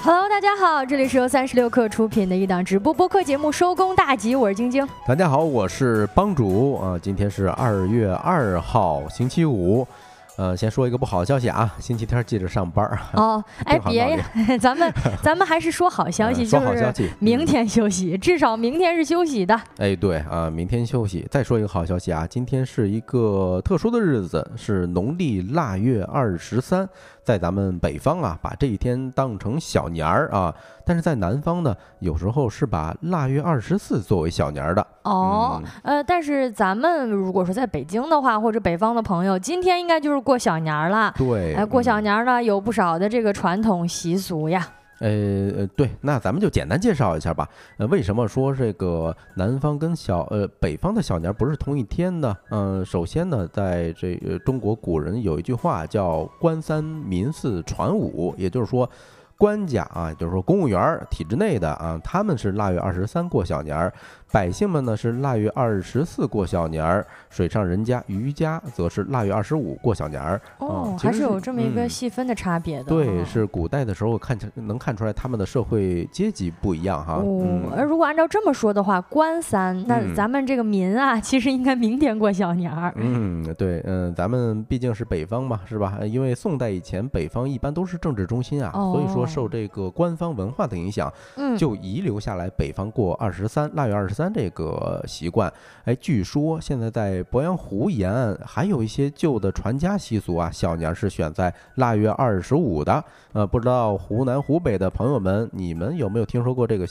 Hello， 大家好，这里是由36氪出品的一档直播播客节目《收工大吉》，我是晶晶。 大家好，我是帮主啊，今天是2月2号星期五。先说一个不好的消息啊，星期天记着上班哦。哎，别呀，咱们还是说好消息， 说好消息， 明天休息，至少明天是休息的。 哎，对啊，明天休息。再说一个好消息啊，今天是一个特殊的日子，是农历腊月23，在咱们北方啊，把这一天当成小年儿啊，但是在南方呢，有时候是把腊月24作为小年儿的。 哦，但是咱们如果说在北京的话，或者北方的朋友，今天应该就是过小年了。 对， 过小年呢，有不少的这个传统习俗呀。 对，那咱们就简单介绍一下吧。为什么说这个南方跟北方的小年不是同一天呢？首先呢，在这个中国古人有一句话叫“官三民四传五”，也就是说，官家啊，就是说公务员体制内的啊，他们是腊月23过小年，百姓们呢是腊月24过小年，水上人家渔家则是腊月25过小年。 还是有这么一个细分的差别的。 对，是古代的时候能看出来他们的社会阶级不一样哈。 如果按照这么说的话，官三，那咱们这个民啊，其实应该明天过小年。 对，咱们毕竟是北方嘛，是吧？因为宋代以前北方一般都是政治中心啊，所以说受这个官方文化的影响，就遗留下来北方过腊月23这个习惯。哎，据说现在在鄱阳湖沿岸还有一些旧的传家习俗啊，小年是选在腊月25的。不知道湖南湖北的朋友们，你们有没有听说过这个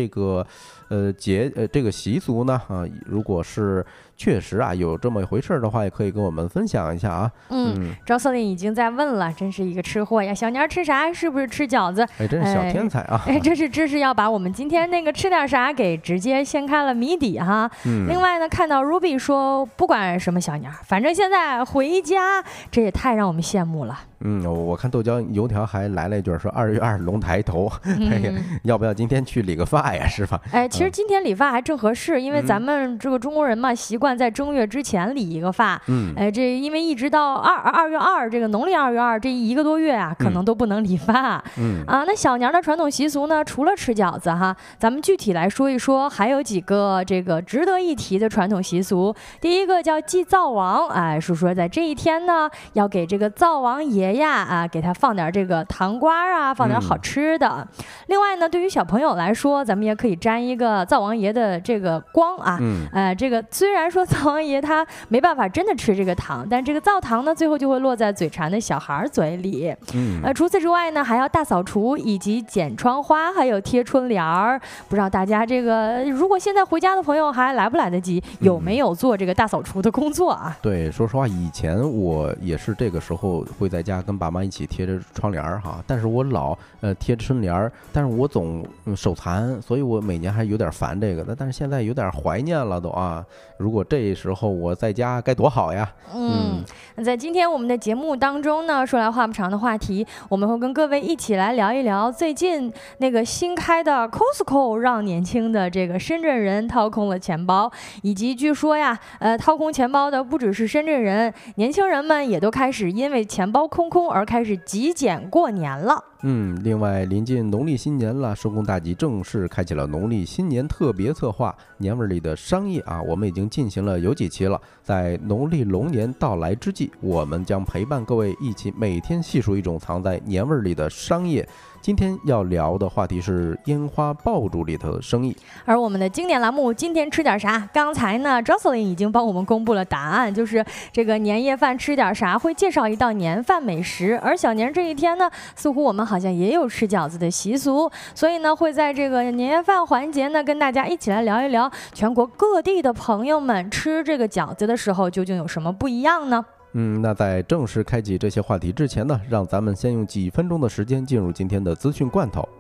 习俗呢？如果是确实啊有这么一回事的话，也可以跟我们分享一下啊。 赵司令已经在问了，真是一个吃货呀！小年吃啥？是不是吃饺子？ 哎，真是小天才啊！ 这是要把我们今天那个吃点啥给直接掀开了谜底哈。另外呢，看到 Ruby 说不管什么小年，反正现在回家，这也太让我们羡慕了。 我看豆浆油条还来了一句说2月2龙抬头，要不要今天去理个发呀？是吧？ 哎，其实今天理发还正合适，因为咱们这个中国人嘛，习惯在正月之前理一个发。这因为一直到2月2这个农历2月2这1个多月啊，可能都不能理发。那小年的传统习俗呢，除了吃饺子哈，咱们具体来说一说，还有几个这个值得一提的传统习俗。第一个叫祭灶王，是说在这一天呢，要给这个灶王爷呀给他放点这个糖瓜啊，放点好吃的。另外呢，对于小朋友来说，咱们也可以沾一个灶王爷的这个光啊。这个虽然说灶王爷他没办法真的吃这个糖，但这个灶糖呢，最后就会落在嘴馋的小孩嘴里。除此之外呢，还要大扫除，以及剪窗花，还有贴春联儿。不知道大家这个如果现在回家的朋友还来不来得及，有没有做这个大扫除的工作啊？ 对，说实话，以前我也是这个时候会在家跟爸妈一起贴着窗帘哈，但是我老贴春联，但是我总手残，所以我每年还有点烦这个的。但是现在有点怀念了都啊！如果这时候我在家该多好呀！ 在今天我们的节目当中呢，说来话不长的话题，我们会跟各位一起来聊一聊最近那个新开的 Costco 让年轻的这个深圳人掏空了钱包，以及据说呀，掏空钱包的不只是深圳人，年轻人们也都开始因为钱包空而开始极简过年了。 另外临近农历新年了，收工大吉正式开启了农历新年特别策划年味里的商业啊，我们已经进行了有几期了。在农历龙年到来之际，我们将陪伴各位一起每天细数一种藏在年味里的商业。今天要聊的话题是烟花爆竹里头的生意， 而我们的经典栏目今天吃点啥？刚才呢 Jocelyn 已经帮我们公布了答案，就是这个年夜饭吃点啥，会介绍一道年饭美食。而小年这一天呢，似乎我们好像也有吃饺子的习俗，所以呢会在这个年夜饭环节呢，跟大家一起来聊一聊全国各地的朋友们吃这个饺子的时候究竟有什么不一样呢？ 那在正式开启这些话题之前呢，让咱们先用几分钟的时间进入今天的资讯罐头。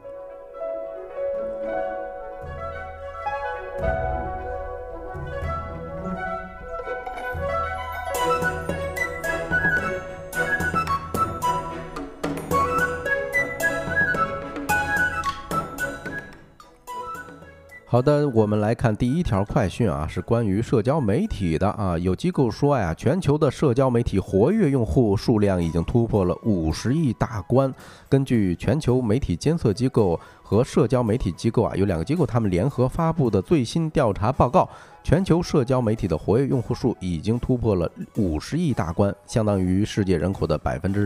好的，我们来看第一条快讯啊，是关于社交媒体的啊。有机构说呀，全球的社交媒体活跃用户数量已经突破了50亿大关。根据全球媒体监测机构和社交媒体机构啊，有2个机构他们联合发布的最新调查报告，全球社交媒体的活跃用户数已经突破了50亿大关，相当于世界人口的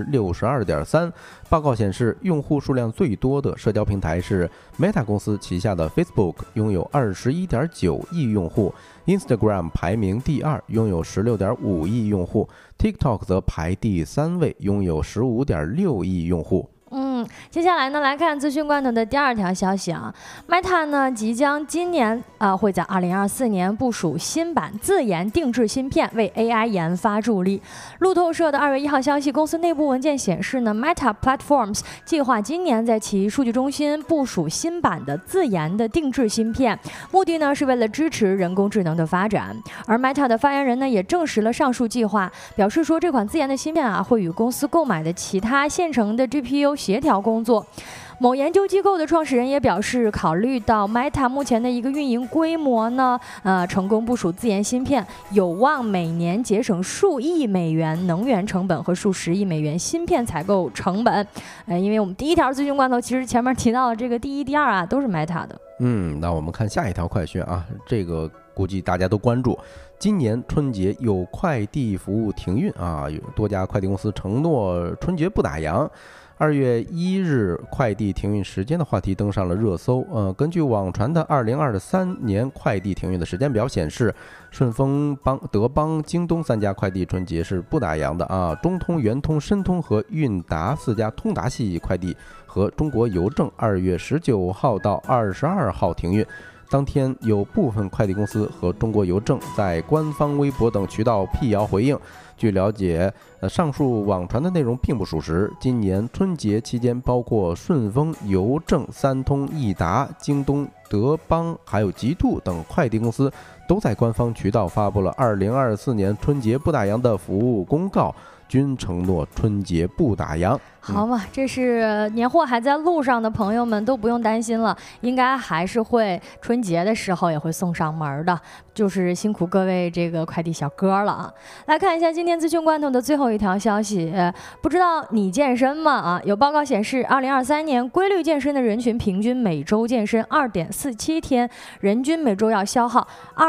62.3%。报告显示，用户数量最多的社交平台是 Meta 公司旗下的 Facebook， 拥有21.9亿用户。Instagram 排名第2，拥有16.5亿用户。TikTok 则排第3位，拥有15.6亿用户。 接下来呢，来看资讯罐头的第2条消息啊 ，Meta 呢即将今年会在2024年部署新版自研定制芯片，为 AI 研发助力。路透社的2月1号消息，公司内部文件显示呢 ，Meta Platforms 计划今年在其数据中心部署新版的自研的定制芯片，目的呢是为了支持人工智能的发展。而 Meta 的发言人呢也证实了上述计划，表示说这款自研的芯片啊会与公司购买的其他现成的 GPU 协调工作。某研究机构的创始人也表示，考虑到 Meta 目前的一个运营规模呢，成功部署自研芯片，有望每年节省数亿美元能源成本和数十亿美元芯片采购成本。因为我们第一条资讯罐头其实前面提到的这个第1、第2啊都是 Meta 的。 那我们看下一条快讯啊，这个估计大家都关注。今年春节有快递服务停运啊，有多家快递公司承诺春节不打烊。2月1日快递停运时间的话题登上了热搜。根据网传的2023年快递停运的时间表显示，顺丰、德邦、京东3家快递春节是不打烊的啊。中通、圆通、申通和韵达4家通达系快递和中国邮政2月19号到22号停运。当天有部分快递公司和中国邮政在官方微博等渠道辟谣回应。据了解，上述网传的内容并不属实。今年春节期间，包括顺丰、邮政、三通、易达、京东、德邦还有极兔等快递公司都在官方渠道发布了2024年春节不打烊的服务公告，均承诺春节不打烊。 好嘛，这是年货还在路上的朋友们都不用担心了，应该还是会春节的时候也会送上门的，就是辛苦各位这个快递小哥了啊！来看一下今天资讯罐头的最后一条消息，不知道你健身吗？啊，有报告显示，2023年规律健身的人群平均每周健身2.47天，人均每周要消耗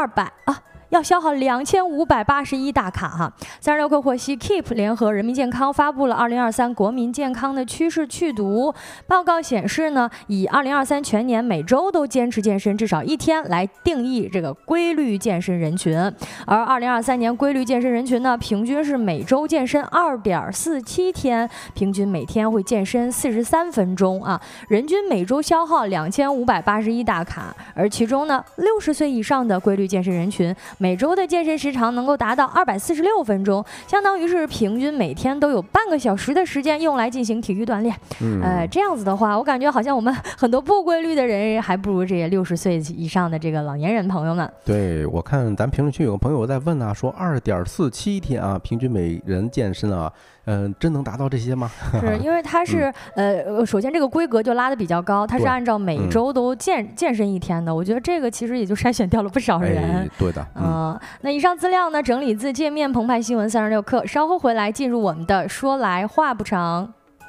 2581大卡哈。36氪获悉 ，Keep 联合人民健康发布了2023国民健康的趋势去读报告显示呢，以2023全年每周都坚持健身至少1天来定义这个规律健身人群，而2023年规律健身人群呢，平均是每周健身2.47天，平均每天会健身43分钟啊，人均每周消耗2581大卡，而其中呢，60岁以上的规律健身人群每周的健身时长能够达到246分钟，相当于是平均每天都有半个小时的时间用来进行体育锻炼。这样子的话，我感觉好像我们很多不规律的人还不如这些60岁以上的这个老年人朋友们。 对，我看咱评论区有个朋友在问啊，说2.47天啊，平均每人健身啊，真能达到这些吗？ 是因为它是首先这个规格就拉得比较高，它是按照每周都健身1天的，我觉得这个其实也就筛选掉了不少人。 对的。 那以上资料呢，整理自界面澎湃新闻36氪，稍后回来进入我们的说来话不长。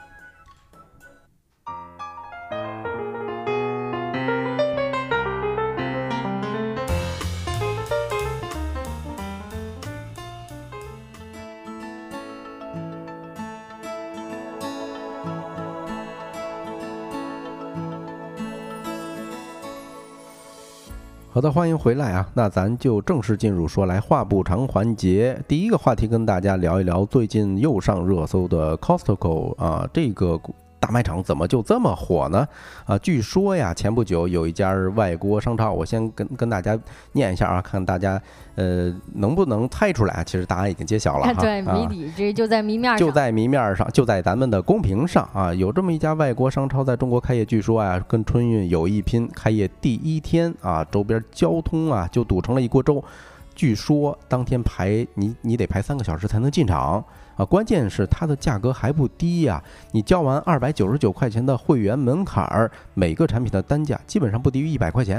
好的，欢迎回来啊！那咱就正式进入说来话不长环节。第一个话题跟大家聊一聊最近又上热搜的 Costco 啊，这个大卖场怎么就这么火呢？据说呀，前不久有一家外国商超，我先跟大家念一下啊，看大家能不能猜出来啊？其实答案已经揭晓了哈。 对，谜底这就在谜面上， 就在谜面上，就在咱们的公屏上啊。有这么一家外国商超在中国开业，据说啊，跟春运有一拼。开业第1天啊，周边交通啊就堵成了一锅粥。据说当天排你得排3个小时才能进场啊！关键是它的价格还不低呀，你交完299块钱的会员门槛儿，每个产品的单价基本上不低于100块钱。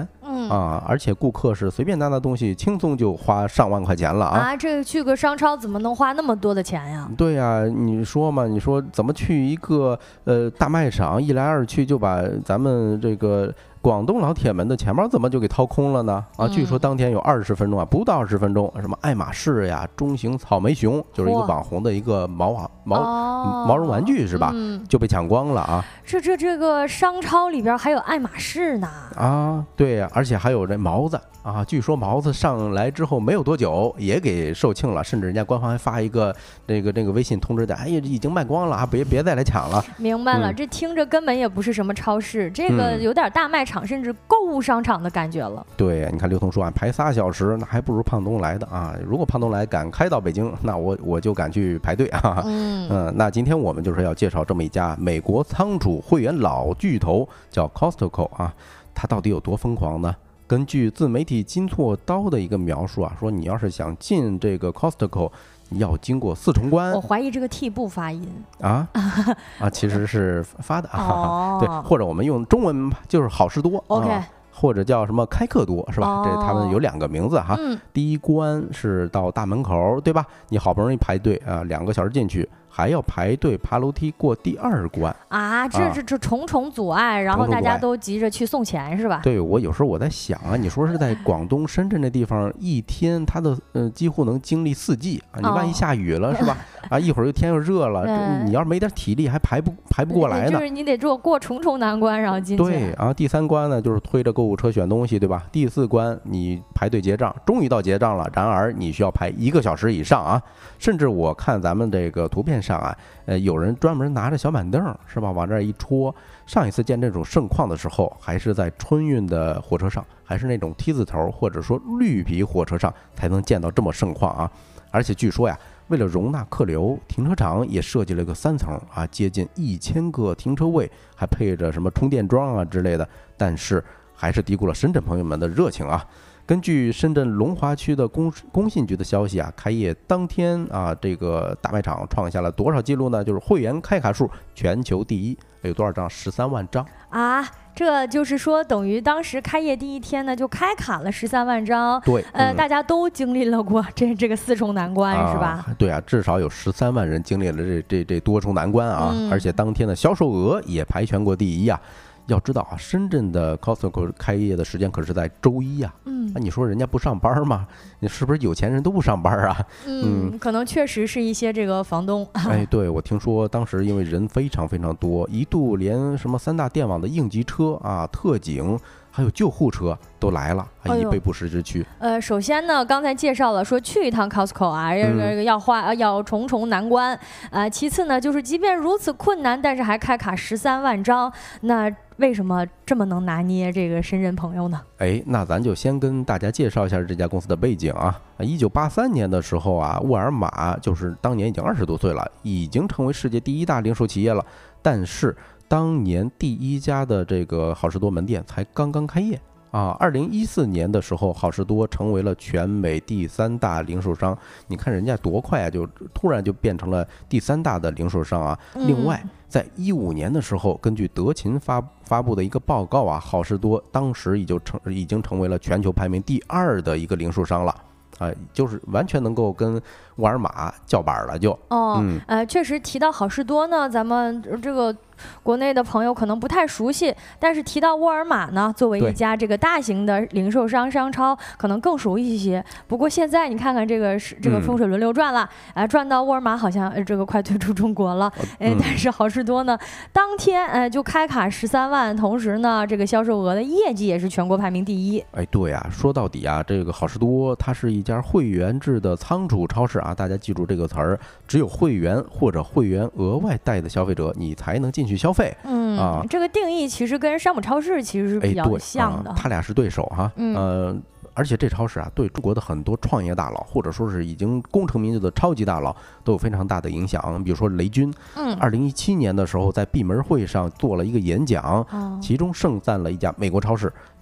而且顾客是随便拿东西，轻松就花上万块钱了啊！ 这个去个商超怎么能花那么多的钱呀？ 对呀，你说嘛，你说怎么去一个大卖场，一来二去就把咱们这个广东老铁们的钱包怎么就给掏空了呢？据说当天有20分钟不到20分钟，什么爱马仕呀、中型草莓熊，就是一个网红的一个毛绒玩具是吧？就被抢光了啊！ 这个商超里边还有爱马仕呢对呀，而且还有这毛子据说毛子上来之后没有多久也给售罄了，甚至人家官方还发一个那个微信通知的，哎呀，已经卖光了别再来抢了。 明白了，这听着根本也不是什么超市，这个有点大卖场甚至购物商场的感觉了。 对，你看刘同说排3小时，那还不如胖东来的如果胖东来敢开到北京，那我就敢去排队那今天我们就是要介绍这么一家美国仓储会员老巨头，叫 Costco 它到底有多疯狂呢？根据自媒体金错刀的一个描述说你要是想进这个 Costco， 要经过4重关。 我怀疑这个 T 不发音其实是发的对，或者我们用中文就是好事多 OK， 或者叫什么开克多是吧？这他们有2个名字第一关是到大门口，对吧？你好不容易排队2个小时进去，还要排队爬楼梯过第2关这重重阻碍，然后大家都急着去送钱是吧？ 对，我有时候我在想你说是在广东深圳这地方，一天它的几乎能经历4季你万一下雨了是吧？一会儿天又热了，你要是没点体力还排不过来呢。 就是你得过重重难关然后进去。 对第3关呢就是推着购物车选东西，对吧？第4关你排队结账，终于到结账了，然而你需要排1个小时以上甚至我看咱们这个图片上有人专门拿着小板凳是吧，往这一戳。上一次见这种盛况的时候，还是在春运的火车上，还是那种T字头或者说绿皮火车上才能见到这么盛况而且据说为了容纳客流，停车场也设计了个3层接近1000个停车位，还配着什么充电桩之类的，但是还是低估了深圳朋友们的热情根据深圳龙华区的工信局的消息开业当天这个大卖场创下了多少记录呢？就是会员开卡数全球第一，有多少张？13万张这就是说等于当时开业第一天呢就开卡了13万张。 对， 大家都经历了过这个4重难关是吧？ 对至少有13万人经历了这多重难关而且当天的销售额也排全国第一要知道深圳的 Costco 开业的时间可是在周一你说人家不上班吗？你是不是有钱人都不上班可能确实是一些这个房东对，我听说当时因为人非常非常多，一度连什么3大电网的应急车特警还有救护车都来了以备不时之需。 首先呢刚才介绍了说去一趟 Costco 要重重难关其次呢就是即便如此困难，但是还开卡13万张，那为什么这么能拿捏这个深圳朋友呢？ 那咱就先跟大家介绍一下这家公司的背景1983年的时候沃尔玛就是当年已经20多岁了，已经成为世界第1大零售企业了，但是当年第1家的这个好事多门店才刚刚开业2014年的时候，好事多成为了全美第3大零售商。你看人家多快就突然就变成了第3大的零售商另外在15年的时候，根据德勤发布的一个报告好事多当时已经成为了全球排名第2的一个零售商了就是完全能够跟沃尔玛叫板了就确实提到好事多呢，咱们这个国内的朋友可能不太熟悉，但是提到沃尔玛呢，作为一家这个大型的零售商超可能更熟悉一些。不过现在你看看这个风水轮流转了，转到沃尔玛好像这个快退出中国了，但是好事多呢，当天就开卡13万，同时呢这个销售额的业绩也是全国排名第1。 对啊，说到底啊，这个好事多它是一家会员制的仓储超市啊，大家记住这个词儿，只有会员或者会员额外带的消费者，你才能进去消费。 这个定义其实跟山姆超市其实是比较像的， 他俩是对手哈。而且这超市啊，对中国的很多创业大佬，或者说是已经功成名就的超级大佬，都有非常大的影响。比如说雷军，2017年的时候在闭门会上做了一个演讲，其中盛赞了一家美国超市，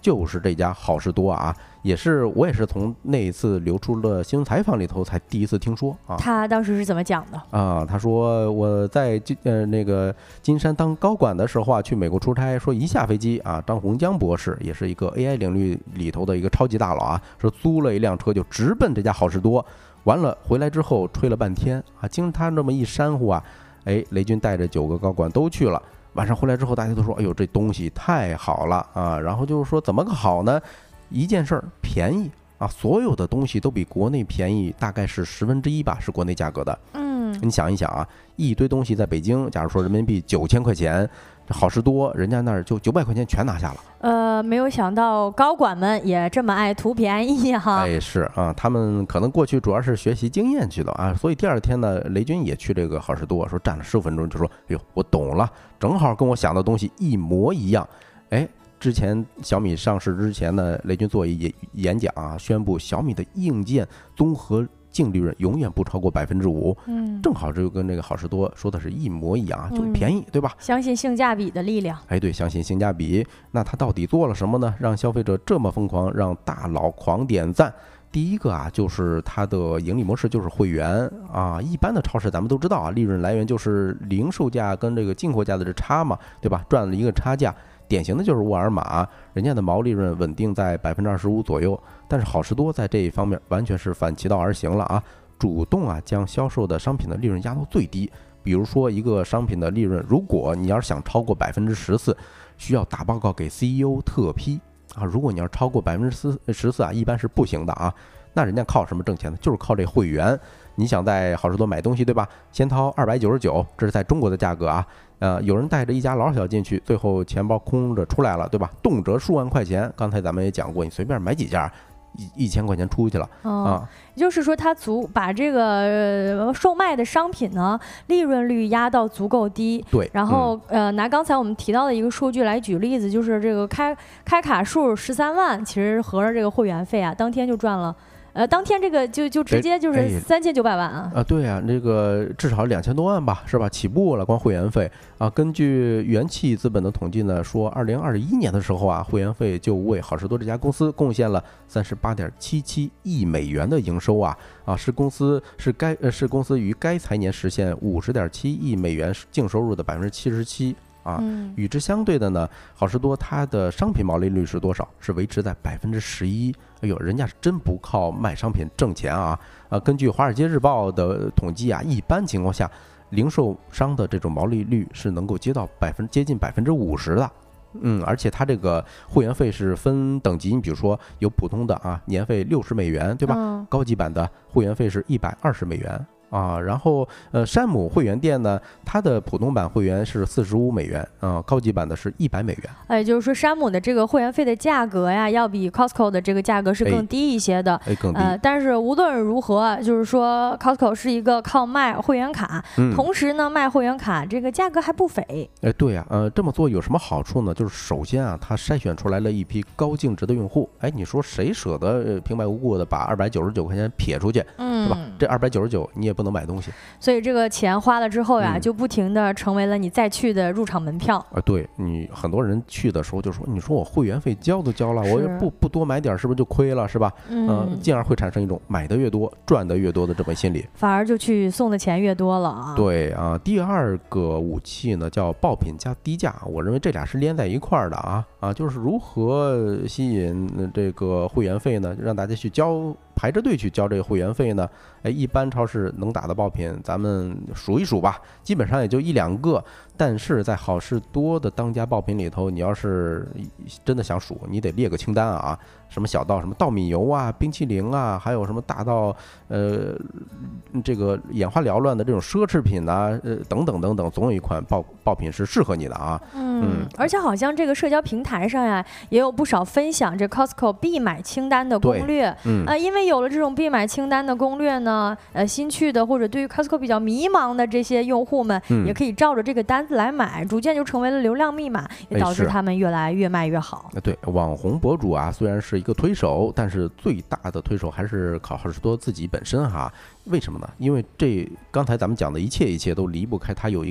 就是这家好事多啊，我也是从那一次流出的新闻采访里头才第一次听说啊。 他当时是怎么讲的啊？他说我在那个金山当高管的时候啊，去美国出差，说一下飞机啊，张洪江博士也是一个 AI 领域里头的一个超级大佬啊，说租了一辆车就直奔这家好事多，完了回来之后吹了半天啊，经他这么一煽乎啊，雷军带着9个高管都去了。晚上回来之后，大家都说：“哎呦，这东西太好了啊！”然后就是说，怎么个好呢？一件事儿，便宜啊！所有的东西都比国内便宜，大概是1/10吧，是国内价格的。你想一想啊，一堆东西在北京，假如说人民币9000块钱，这好事多人家那儿就900块钱全拿下了。 没有想到高管们也这么爱图便宜哈。 是啊，他们可能过去主要是学习经验去的啊，所以第二天呢，雷军也去这个好事多，说站了15分钟，就说：“哎呦，我懂了，正好跟我想的东西一模一样。”之前小米上市之前呢，雷军做一演讲啊，宣布小米的硬件综合净利润永远不超过5%。正好这就跟这个好事多说的是一模一样啊，就便宜，对吧？ 相信性价比的力量。 对，相信性价比。那他到底做了什么呢？让消费者这么疯狂，让大佬狂点赞。第一个啊，就是它的盈利模式就是会员啊。一般的超市咱们都知道啊，利润来源就是零售价跟这个进货价的这差嘛，对吧？赚了一个差价。典型的就是沃尔玛，人家的毛利润稳定在25%左右，但是好事多在这一方面完全是反其道而行了啊，主动啊将销售的商品的利润压到最低。比如说一个商品的利润，如果你要是想超过14%，需要打报告给 CEO 特批啊。如果你要超过14%啊，一般是不行的啊。那人家靠什么挣钱呢？就是靠这会员。你想在好事多买东西，对吧？先掏299，这是在中国的价格啊。有人带着一家老小进去，最后钱包空着出来了，对吧？动辄数万块钱。刚才咱们也讲过，你随便买几件，1000块钱出去了啊。 也就是说，他把这个售卖的商品呢，利润率压到足够低。 对。 然后拿刚才我们提到的一个数据来举例子，就是这个开卡数13万，其实合着这个会员费啊，当天就赚了。当天这个就直接就是3900万啊！ 对啊，这个至少2000多万吧，是吧？起步了，光会员费啊。根据元气资本的统计呢，说2021年的时候啊，会员费就为好事多这家公司贡献了38.77亿美元的营收啊！是公司于该财年实现50.7亿美元净收入的77%。与之相对的呢，好事多它的商品毛利率是多少？是维持在11%。哎呦，人家是真不靠卖商品挣钱啊！根据《华尔街日报》的统计啊，一般情况下，零售商的这种毛利率是能够接近50%的。而且它这个会员费是分等级，你比如说有普通的啊，年费60美元，对吧？高级版的会员费是120美元。然后山姆会员店呢，它的普通版会员是45美元，高级版的是100美元。 就是说山姆的这个会员费的价格呀，要比 Costco 的这个价格是更低一些的。 更低。 但是无论如何，就是说 Costco 是一个靠卖会员卡，同时呢卖会员卡这个价格还不菲。 对呀，这么做有什么好处呢？就是首先啊，它筛选出来了一批高净值的用户。你说谁舍得平白无故的把299块钱撇出去，对吧？这299你也不能买东西， 所以这个钱花了之后呀，就不停的成为了你再去的入场门票。 对，你很多人去的时候就说，你说我会员费交都交了，我也不多买点，是不是就亏了，是吧？进而会产生一种买的越多赚的越多的这么心理， 反而就去送的钱越多了啊。 对啊，第二个武器呢叫爆品加低价，我认为这俩是连在一块儿的啊，就是如何吸引这个会员费呢？让大家去排着队去交这个会员费呢？一般超市能打的爆品，咱们数一数吧，基本上也就1-2个。但是在好事多的当家爆品里头，你要是真的想数，你得列个清单啊，什么小到什么稻米油啊、冰淇淋啊，还有什么大到这个眼花缭乱的这种奢侈品啊，等等等等，总有一款爆品是适合你的啊。 而且好像这个社交平台上呀，也有不少分享这 Costco 必买清单的攻略。因为有了这种必买清单的攻略呢，新去的或者对于 Costco 比较迷茫的这些用户们，也可以照着这个单子来买，逐渐就成为了流量密码，也导致他们越来越卖越好。 对，网红博主啊，虽然是一个推手，但是最大的推手还是好事多自己本身哈。为什么呢？因为刚才咱们讲的一切都离不开它有一个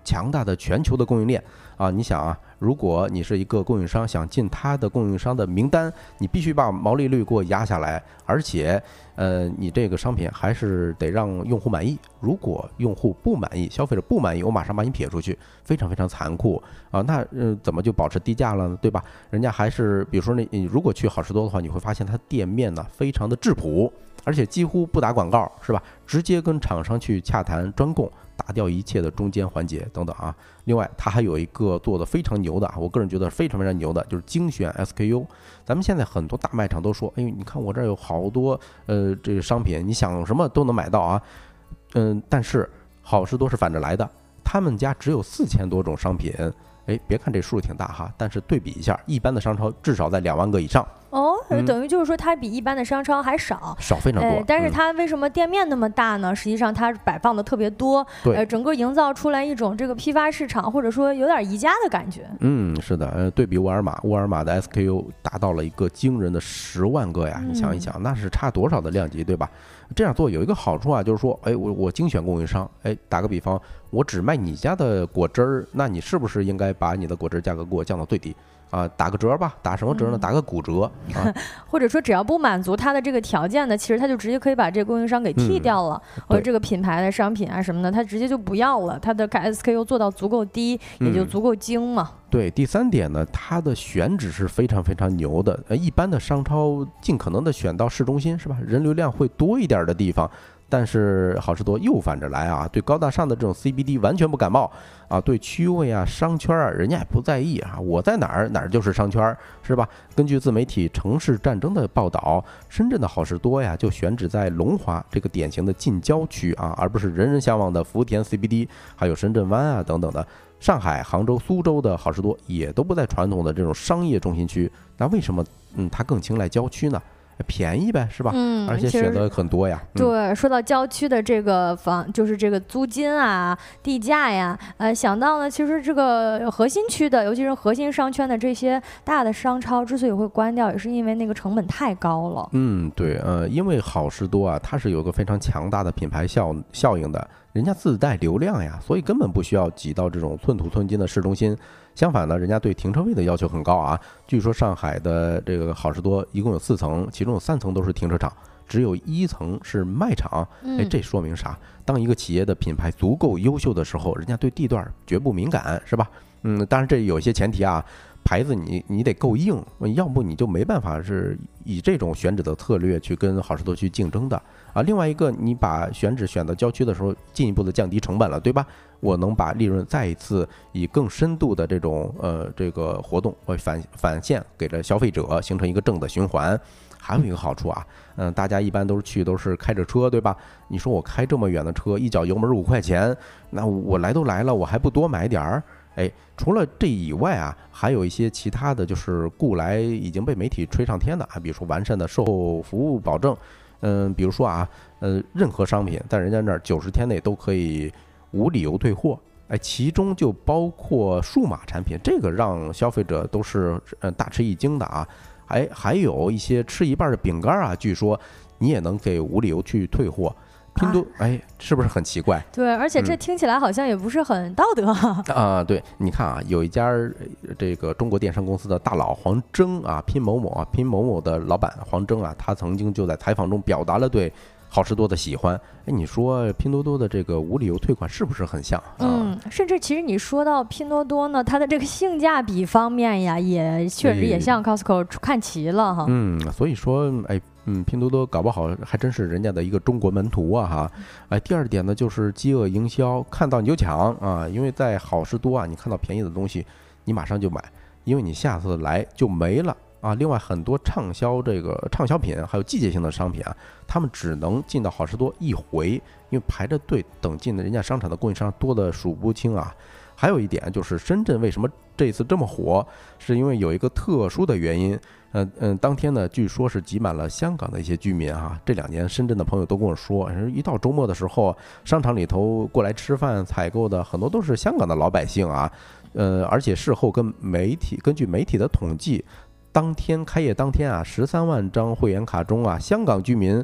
强大的全球的供应链啊。你想啊，如果你是一个供应商，想进他的供应商的名单，你必须把毛利率给我压下来，而且你这个商品还是得让用户满意。如果用户不满意，消费者不满意，我马上把你撇出去，非常非常残酷啊。那怎么就保持低价了呢？对吧？人家还是比如说你如果去好事多的话，你会发现它店面呢非常的质朴，而且几乎不打广告，是吧？直接跟厂商去洽谈专供，打掉一切的中间环节等等啊。另外，它还有一个做的非常牛的，我个人觉得非常非常牛的，就是精选 SKU。咱们现在很多大卖场都说，哎，你看我这儿有好多这个商品，你想什么都能买到啊。但是好事多是反着来的，他们家只有4000多种商品。哎，别看这数挺大哈，但是对比一下，一般的商超至少在2万个以上。 哦，等于就是说它比一般的商超还少非常多。 但是它为什么店面那么大呢？实际上它摆放的特别多，整个营造出来一种这个批发市场，或者说有点宜家的感觉。 是的，对比沃尔玛的 SKU 达到了一个惊人的10万个呀！你想一想，那是差多少的量级，对吧？这样做有一个好处啊，就是说，哎，我精选供应商，哎，打个比方，我只卖你家的果汁儿，那你是不是应该把你的果汁价格给我降到最低？啊，打个折吧，打什么折呢？打个骨折啊， 或者说只要不满足他的这个条件呢，其实他就直接可以把这个供应商给替掉了，或者这个品牌的商品啊什么的，他直接就不要了，他的 SKU 做到足够低，也就足够精嘛。 对，第3点呢，它的选址是非常非常牛的。一般的商超尽可能的选到市中心，是吧？人流量会多一点的地方。但是好事多又反着来啊，对高大上的这种 CBD 完全不感冒啊，对区位啊、商圈啊，人家也不在意啊，我在哪儿就是商圈，是吧？根据自媒体城市战争的报道，深圳的好事多呀，就选址在龙华这个典型的近郊区啊，而不是人人向往的福田 CBD， 还有深圳湾啊等等的。上海、杭州、苏州的好事多也都不在传统的这种商业中心区，那为什么它更青睐郊区呢？便宜呗，是吧？而且选择很多呀。 对，说到郊区的这个就是这个租金啊、地价呀，想到呢，其实这个核心区的，尤其是核心商圈的这些大的商超，之所以会关掉，也是因为那个成本太高了。 对，因为好事多啊，它是有个非常强大的品牌效应的，人家自带流量呀，所以根本不需要挤到这种寸土寸金的市中心。相反呢，人家对停车位的要求很高啊。据说上海的这个好事多一共有4层，其中有3层都是停车场，只有1层是卖场。这说明啥？当一个企业的品牌足够优秀的时候，人家对地段绝不敏感，是吧？当然这有些前提啊，牌子你得够硬，要不你就没办法是以这种选址的策略去跟好事多去竞争的啊。另外一个，你把选址选到郊区的时候，进一步的降低成本了，对吧？我能把利润再一次以更深度的这种这个活动会返现给了消费者，形成一个正的循环。还有一个好处啊，大家一般都是开着车，对吧？你说我开这么远的车，一脚油门5块钱，那我来都来了，我还不多买点儿？哎，除了这以外啊，还有一些其他的就是雇来已经被媒体吹上天的啊，比如说完善的售后服务保证，比如说啊，任何商品在人家那儿90天内都可以无理由退货，哎，其中就包括数码产品，这个让消费者都是大吃一惊的啊。还有一些吃一半的饼干啊，据说你也能给无理由去退货。拼多是不是很奇怪？ 对，而且这听起来好像也不是很道德啊。对，你看啊，有一家这个中国电商公司的大佬黄峥啊，拼某某的老板黄峥啊，他曾经就在采访中表达了对好事多的喜欢。你说拼多多的这个无理由退款是不是很像？ 甚至其实你说到拼多多呢，它的这个性价比方面呀，也确实也向 Costco 看齐了哈。 所以说拼多多搞不好还真是人家的一个中国门徒啊哈。第二点呢，就是饥饿营销，看到你就抢啊，因为在好事多啊，你看到便宜的东西，你马上就买，因为你下次来就没了啊。另外很多畅销品还有季节性的商品啊，他们只能进到好事多一回，因为排着队等进的人家商场的供应商多的数不清啊。还有一点就是深圳为什么这次这么火，是因为有一个特殊的原因。当天呢，据说是挤满了香港的一些居民啊。这2年深圳的朋友都跟我说，一到周末的时候，商场里头过来吃饭采购的很多都是香港的老百姓啊。而且事后根据媒体的统计，开业当天啊，13万张会员卡中啊，香港居民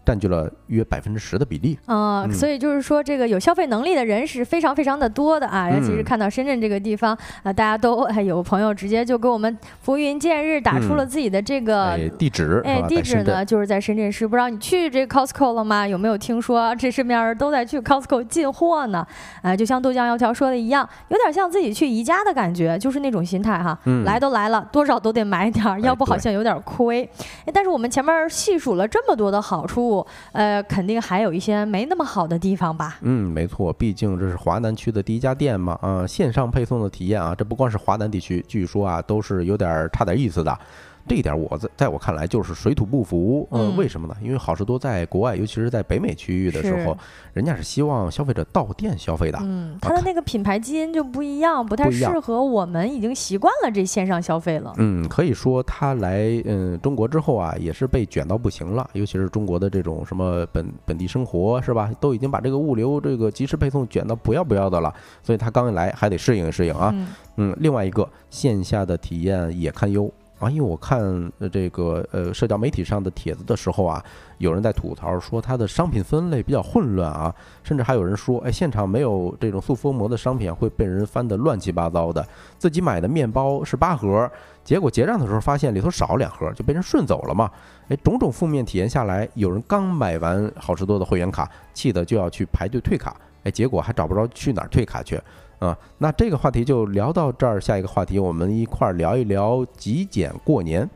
占据了约10%的比例。 所以就是说这个有消费能力的人是非常非常的多的啊，尤其是看到深圳这个地方大家都有朋友直接就给我们浮云见日打出了自己的这个地址， 地址呢就是在深圳市。不知道你去这个 Costco 了吗？有没有听说这身边人都在去 Costco 进货呢？就像豆浆油条说的一样，有点像自己去宜家的感觉，就是那种心态哈。来都来了，多少都得买点，要不好像有点亏。但是我们前面细数了这么多的好处，肯定还有一些没那么好的地方吧？ 没错，毕竟这是华南区的第一家店嘛，线上配送的体验啊，这不光是华南地区，据说啊都是有点差点意思的。这一点在我看来就是水土不服。为什么呢？因为好事多在国外，尤其是在北美区域的时候，人家是希望消费者到店消费的。 它的那个品牌基因就不一样，不太适合我们已经习惯了这线上消费了。 可以说他来中国之后啊，也是被卷到不行了。尤其是中国的这种什么本地生活是吧，都已经把这个物流这个即时配送卷到不要的了。所以他刚一来还得适应适应啊。另外一个线下的体验也堪忧。因为我看这个社交媒体上的帖子的时候啊，有人在吐槽说它的商品分类比较混乱啊，甚至还有人说，现场没有这种塑封膜的商品会被人翻得乱七八糟的。自己买的面包是8盒，结果结账的时候发现里头少2盒，就被人顺走了嘛。种种负面体验下来，有人刚买完好事多的会员卡，气得就要去排队退卡，结果还找不着去哪儿退卡去。那这个话题就聊到这儿，下一个话题我们一块儿聊一聊极简过年。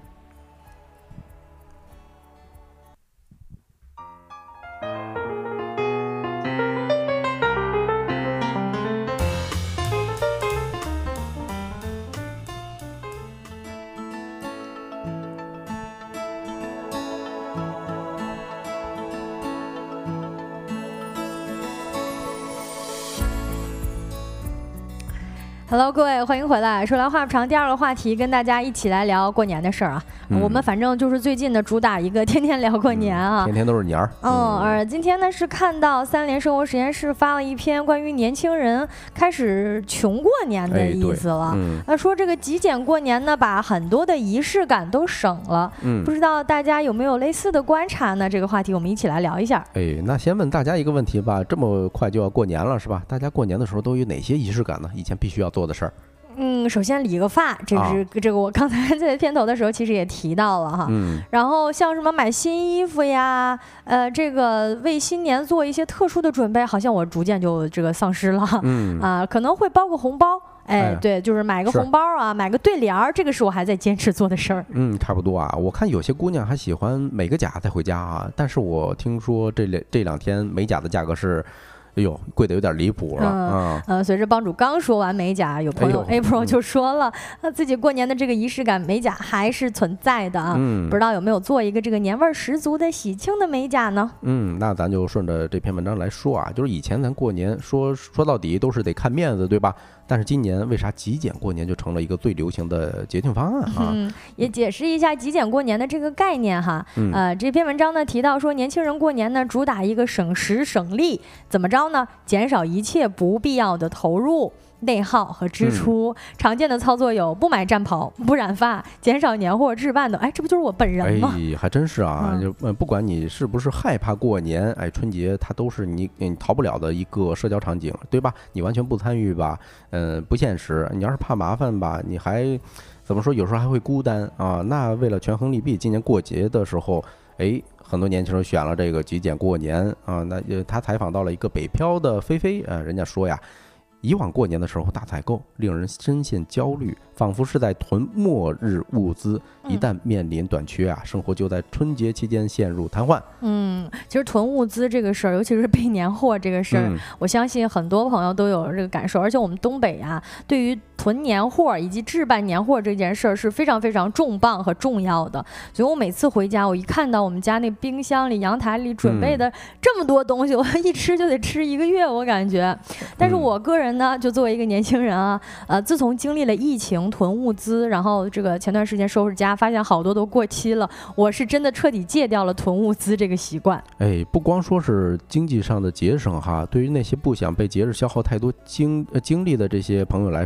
Hello， 各位，欢迎回来。说来话不长，第二个话题跟大家一起来聊过年的事儿啊。我们反正就是最近的主打一个天天聊过年啊， 天天都是年儿。 今天呢是看到3联生活实验室发了一篇关于年轻人开始穷过年的意思了。说这个极简过年呢，把很多的仪式感都省了。不知道大家有没有类似的观察呢？这个话题我们一起来聊一下。 那先问大家一个问题吧，这么快就要过年了是吧？大家过年的时候都有哪些仪式感呢？以前必须要做的事儿。 首先理个发，这个我刚才在片头的时候其实也提到了哈。然后像什么买新衣服呀，这个为新年做一些特殊的准备，好像我逐渐就这个丧失了。可能会包个红包。对，就是买个红包啊，买个对联儿，这个是我还在坚持做的事儿。 差不多啊。我看有些姑娘还喜欢美个甲再回家啊，但是我听说这2天美甲的价格是，贵得有点离谱了。 随着帮主刚说完美甲，有朋友 April 就说了，自己过年的这个仪式感美甲还是存在的啊。不知道有没有做一个这个年味十足的喜庆的美甲呢？ 那咱就顺着这篇文章来说啊，就是以前咱过年说到底都是得看面子，对吧？但是今年为啥极简过年就成了一个最流行的节庆方案啊？ 也解释一下极简过年的这个概念哈。这篇文章呢提到说，年轻人过年呢主打一个省时省力，怎么着呢？减少一切不必要的投入、内耗和支出。常见的操作有不买战袍、不染发、减少年货置办等。这不就是我本人吗？ 还真是啊。不管你是不是害怕过年，春节它都是你逃不了的一个社交场景，对吧？你完全不参与吧，不现实。你要是怕麻烦吧，你还怎么说？有时候还会孤单啊。那为了权衡利弊，今年过节的时候，很多年轻人选了这个极简过年啊。那他采访到了一个北漂的菲菲，人家说呀，以往过年的时候大采购令人深陷焦虑，仿佛是在囤末日物资，一旦面临短缺啊，生活就在春节期间陷入瘫痪。 其实囤物资这个事儿，尤其是备年货这个事儿，我相信很多朋友都有这个感受。而且我们东北啊，对于囤年货以及置办年货这件事儿是非常非常重磅和重要的。所以我每次回家，我一看到我们家那冰箱里、阳台里准备的这么多东西，我一吃就得吃1个月，我感觉。但是我个人呢，就作为一个年轻人啊，自从经历了疫情囤物资，然后这个前段时间收拾家，发现好多都过期了，我是真的彻底戒掉了囤物资这个习惯。 不光说是经济上的节省哈，对于那些不想被节日消耗太多精力的这些朋友来说啊，极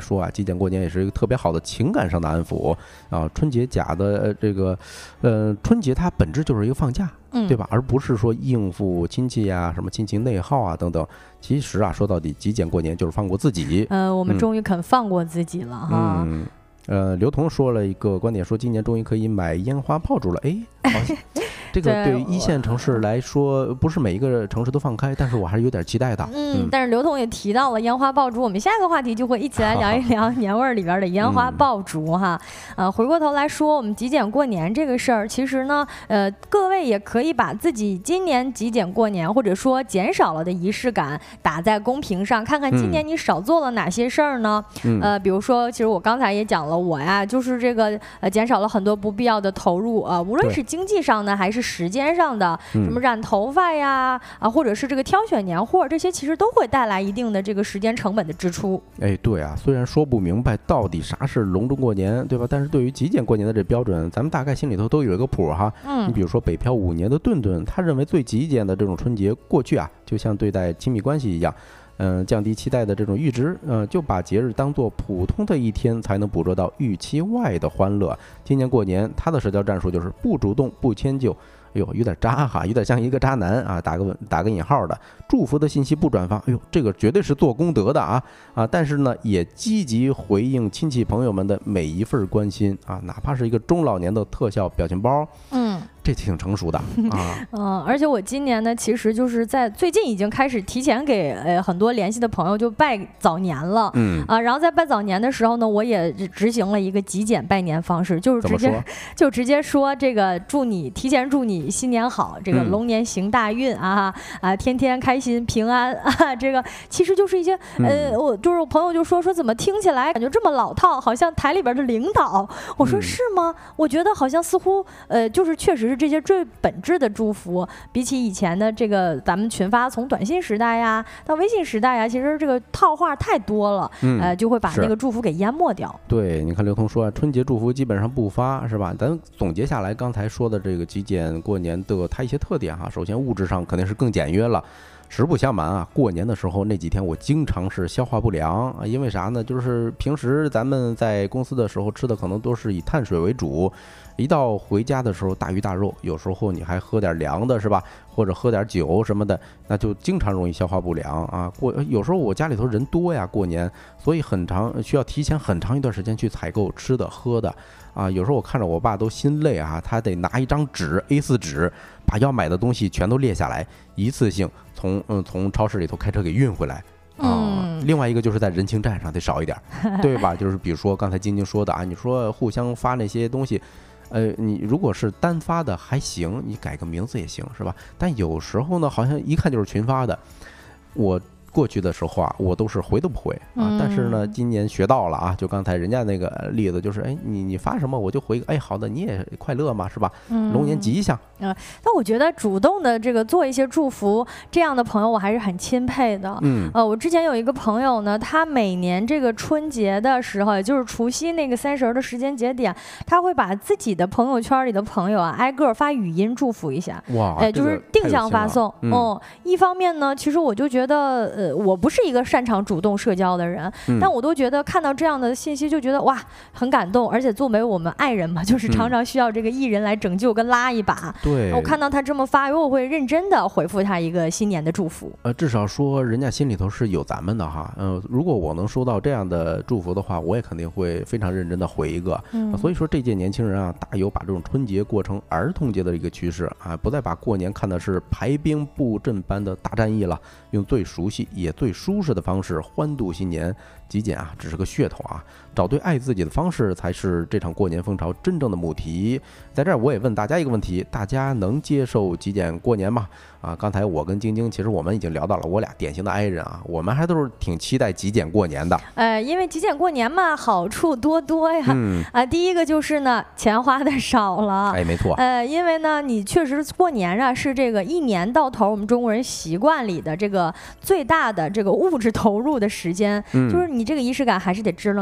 检过年也是一个特别好的情感上的安抚啊。春节假的这个，春节它本质就是一个放假，对吧？而不是说应付亲戚啊、什么亲情内耗啊等等。其实啊，说到底，极简过年就是放过自己。 我们终于肯放过自己了哈。 刘同说了一个观点，说今年终于可以买烟花爆竹了。哎，好像这个对于一线城市来说，不是每一个城市都放开，但是我还是有点期待的。 但是刘同也提到了烟花爆竹，我们下一个话题就会一起来聊一聊年味儿里边的烟花爆竹哈。回过头来说，我们极简过年这个事儿，其实呢，各位也可以把自己今年极简过年或者说减少了的仪式感打在公屏上，看看今年你少做了哪些事儿呢？比如说，其实我刚才也讲了，我呀就是这个减少了很多不必要的投入啊，无论是经济上的还是时间上的，什么染头发呀或者是这个挑选年货，这些其实都会带来一定的这个时间成本的支出。 哎，对啊，虽然说不明白到底啥是隆重过年，对吧？但是对于极简过年的这标准，咱们大概心里头都有一个谱哈。你比如说北漂5年的顿顿，他认为最极简的这种春节过去啊，就像对待亲密关系一样。降低期待的这种阈值，就把节日当作普通的一天，才能捕捉到预期外的欢乐。今年过年，他的社交战术就是不主动、不迁就。哎呦，有点渣哈，有点像一个渣男啊，打个引号的。祝福的信息不转发，哎呦，这个绝对是做功德的啊！但是呢，也积极回应亲戚朋友们的每一份关心啊，哪怕是一个中老年的特效表情包，这挺成熟的啊。 而且我今年呢，其实就是在最近已经开始提前给很多联系的朋友就拜早年了，然后在拜早年的时候呢，我也执行了一个极简拜年方式，就是直接说这个提前祝你新年好，这个龙年行大运天天开心平安啊，这个其实就是一些我朋友就说怎么听起来感觉这么老套，好像台里边的领导。我说是吗？我觉得好像似乎就是确实是这些最本质的祝福，比起以前的这个咱们群发从短信时代呀到微信时代呀，其实这个套话太多了，就会把那个祝福给淹没掉。 对，你看刘同说春节祝福基本上不发，是吧？咱总结下来刚才说的这个极简过年的它一些特点哈，首先物质上肯定是更简约了。实不相瞒啊，过年的时候那几天我经常是消化不良啊，因为啥呢？就是平时咱们在公司的时候吃的可能都是以碳水为主，一到回家的时候大鱼大肉，有时候你还喝点凉的是吧？或者喝点酒什么的，那就经常容易消化不良啊。有时候我家里头人多呀，过年，所以需要提前很长一段时间去采购吃的喝的啊。有时候我看着我爸都心累啊，他得拿一张纸 A4 纸，把要买的东西全都列下来，一次性从超市里头开车给运回来啊。另外一个就是在人情债上得少一点，对吧？就是比如说刚才晶晶说的啊，你说互相发那些东西。你如果是单发的还行，你改个名字也行，是吧？但有时候呢，好像一看就是群发的。我过去的时候啊，我都是回都不回啊。但是呢，今年学到了啊，就刚才人家那个例子，就是你发什么我就回，好的，你也快乐嘛，是吧？龙年吉祥。 但我觉得主动的这个做一些祝福，这样的朋友我还是很钦佩的。我之前有一个朋友呢，他每年这个春节的时候，也就是除夕那个30的时间节点，他会把自己的朋友圈里的朋友挨个发语音祝福一下。 哇， 就是定向发送。一方面呢，其实我就觉得，我不是一个擅长主动社交的人，但我都觉得看到这样的信息就觉得哇，很感动。而且作为我们爱人嘛，就是常常需要这个艺人来拯救跟拉一把。 对， 我看到他这么发，我会认真的回复他一个新年的祝福。 至少说人家心里头是有咱们的哈。如果我能收到这样的祝福的话，我也肯定会非常认真的回一个。所以说这届年轻人啊，大有把这种春节过成儿童节的一个趋势啊，不再把过年看的是排兵布阵般的大战役了，用最熟悉也最舒适的方式欢度新年。极简啊，只是个噱头啊，找对爱自己的方式才是这场过年风潮真正的母题。在这儿我也问大家一个问题，大家能接受极简过年吗？刚才我跟晶晶其实我们已经聊到了，我俩典型的 I 人啊，我们还都是挺期待极简过年的。 因为极简过年嘛，好处多呀。第一个就是呢，钱花的少了。 没错。 因为呢，你确实过年啊，是这个一年到头我们中国人习惯里的这个最大的这个物质投入的时间，就是你这个仪式感还是得支棱一下。所谓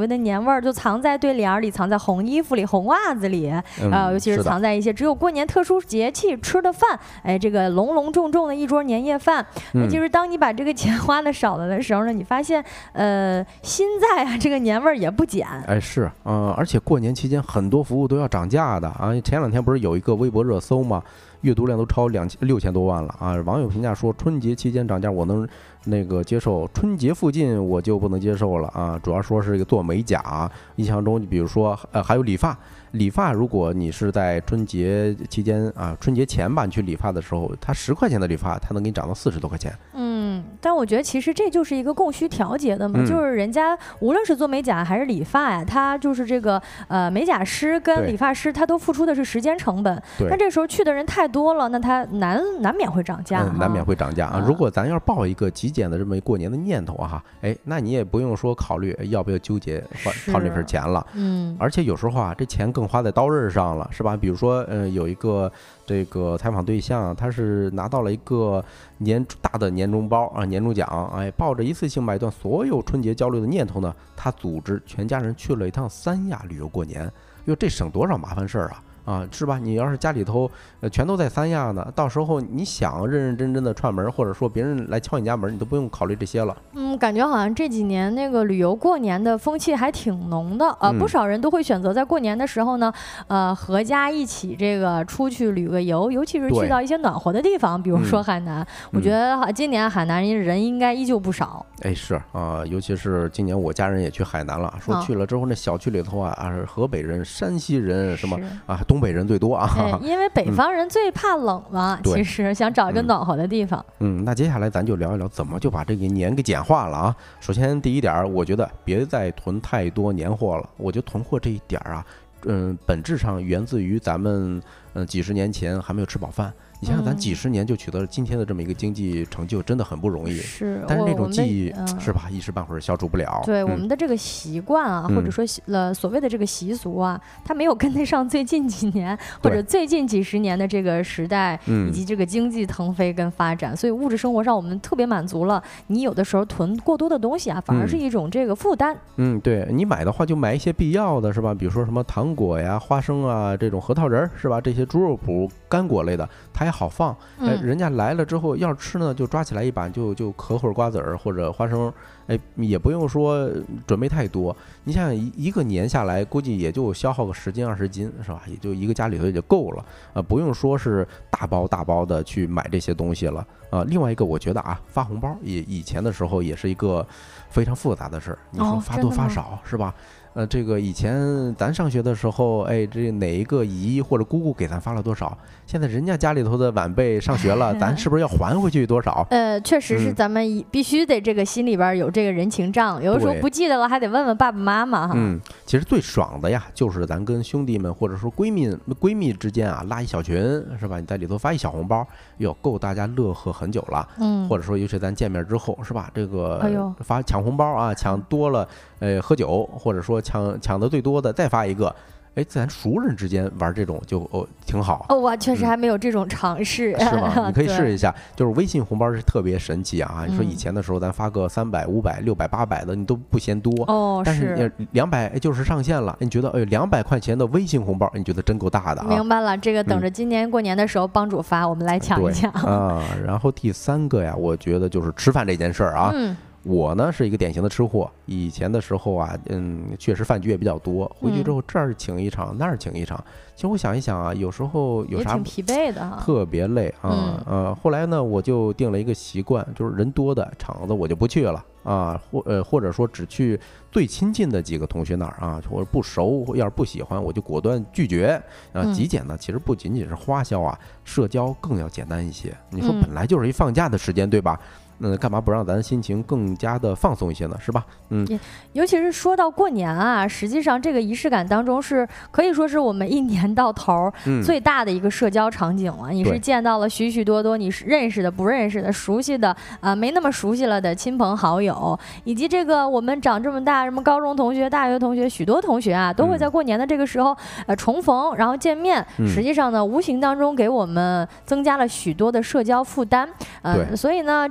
谓的年味儿就藏在对联里，藏在红衣服里、红袜子里，尤其是藏在一些只有过年特殊节气吃的饭，哎，这个隆隆重重的一桌年夜饭。那其实当你把这个钱花的少了的时候呢，你发现心在啊，这个年味儿也不减。 哎，是，而且过年期间很多服务都要涨价的啊。前2天不是有一个微博热搜吗？阅读量都超6000多万了啊！网友评价说，春节期间涨价我能那个接受，春节附近我就不能接受了啊！主要说是一个做美甲，印象中比如说还有理发，如果你是在春节期间啊，春节前吧，你去理发的时候，它10块钱的理发，它能给你涨到40多块钱。 但我觉得其实这就是一个供需调节的嘛，就是人家无论是做美甲还是理发呀，他就是这个美甲师跟理发师他都付出的是时间成本，那这时候去的人太多了，那他难免会涨价， 难免会涨价啊。如果咱要报一个极简的这么过年的念头啊，哎，那你也不用说考虑要不要纠结掏这份钱了，而且有时候啊，这钱更花在刀刃上了，是吧？比如说有一个这个采访对象，他是拿到了一个大的年终包啊，年终奖，哎，抱着一次性买断所有春节焦虑的念头呢，他组织全家人去了一趟三亚旅游过年，哟，这省多少麻烦事儿啊，是吧？你要是家里头全都在三亚呢，到时候你想认认真真的串门，或者说别人来敲你家门，你都不用考虑这些了。 感觉好像这几年那个旅游过年的风气还挺浓的不少人都会选择在过年的时候呢，合家一起这个出去旅个游，尤其是去到一些暖和的地方，比如说海南。我觉得今年海南人应该依旧不少。 哎，是啊，尤其是今年我家人也去海南了，说去了之后那小区里头啊，河北人、山西人什么啊，东北人最多啊。 因为北方人最怕冷嘛，其实想找一个暖和的地方。 那接下来咱就聊一聊怎么就把这个年给简化了啊。首先第一点，我觉得别再囤太多年货了。我觉得囤货这一点啊，本质上源自于咱们几十年前还没有吃饱饭。你想想，咱几十年就取得了今天的这么一个经济成就，真的很不容易。但是那种记忆是吧，一时半会儿消除不了。 对，我们的这个习惯啊，或者说所谓的这个习俗啊，它没有跟得上最近几年或者最近几十年的这个时代以及这个经济腾飞跟发展，所以物质生活上我们特别满足了。你有的时候囤过多的东西啊，反而是一种这个负担。 对，你买的话就买一些必要的，是吧？比如说什么糖果呀、花生啊，这种核桃仁是吧？这些猪肉脯、干果类的，它也好放。人家来了之后要吃呢，就抓起来一把就嗑会儿瓜子儿或者花生，哎，也不用说准备太多。你想想一个年下来，估计也就消耗个10斤20斤，是吧？也就一个家里头也就够了不用说是大包的去买这些东西了另外一个，我觉得啊，发红包以前的时候也是一个非常复杂的事儿。你说发多发少是吧？这个以前咱上学的时候，哎，这哪一个姨或者姑姑给咱发了多少？现在人家家里头的晚辈上学了，咱是不是要还回去多少？ 确实是咱们必须得这个心里边有这个人情账，有的时候不记得了还得问问爸爸妈妈哈。 其实最爽的呀，就是咱跟兄弟们或者说闺蜜之间啊，拉一小群是吧？你在里头发一小红包，够大家乐呵很久了。或者说尤其咱见面之后是吧？这个抢红包啊，抢多了，喝酒或者说抢的最多的再发一个。哎，咱熟人之间玩这种就挺好。 我确实还没有这种尝试， 是吗？你可以试一下。就是微信红包是特别神奇啊！你说以前的时候，咱发个300、500、600、800的，你都不嫌多但是200就是上限了。你觉得200块钱的微信红包，你觉得真够大的啊！ 明白了，这个等着今年过年的时候帮主发，我们来抢一抢然后第3个呀，我觉得就是吃饭这件事儿啊。我呢是一个典型的吃货，以前的时候啊，确实饭局也比较多，回去之后这儿请一场，那儿请一场。其实我想一想啊，有时候有啥也挺疲惫的哈， 特别累啊。后来呢，我就定了一个习惯，就是人多的场子我就不去了啊，或者说只去最亲近的几个同学那儿啊，或者不熟，要是不喜欢，我就果断拒绝啊。极简呢，其实不仅仅是花销啊，社交更要简单一些。你说本来就是一放假的时间，对吧？干嘛不让咱心情更加的放松一些呢？是吧？ 尤其是说到过年啊，实际上这个仪式感当中是可以说是我们一年到头最大的一个社交场景了。你是见到了许许多多你是认识的、不认识的、熟悉的没那么熟悉了的亲朋好友，以及这个我们长这么大，什么高中同学、大学同学，许多同学啊，都会在过年的这个时候重逢，然后见面。实际上呢，无形当中给我们增加了许多的社交负担。所以呢，这个我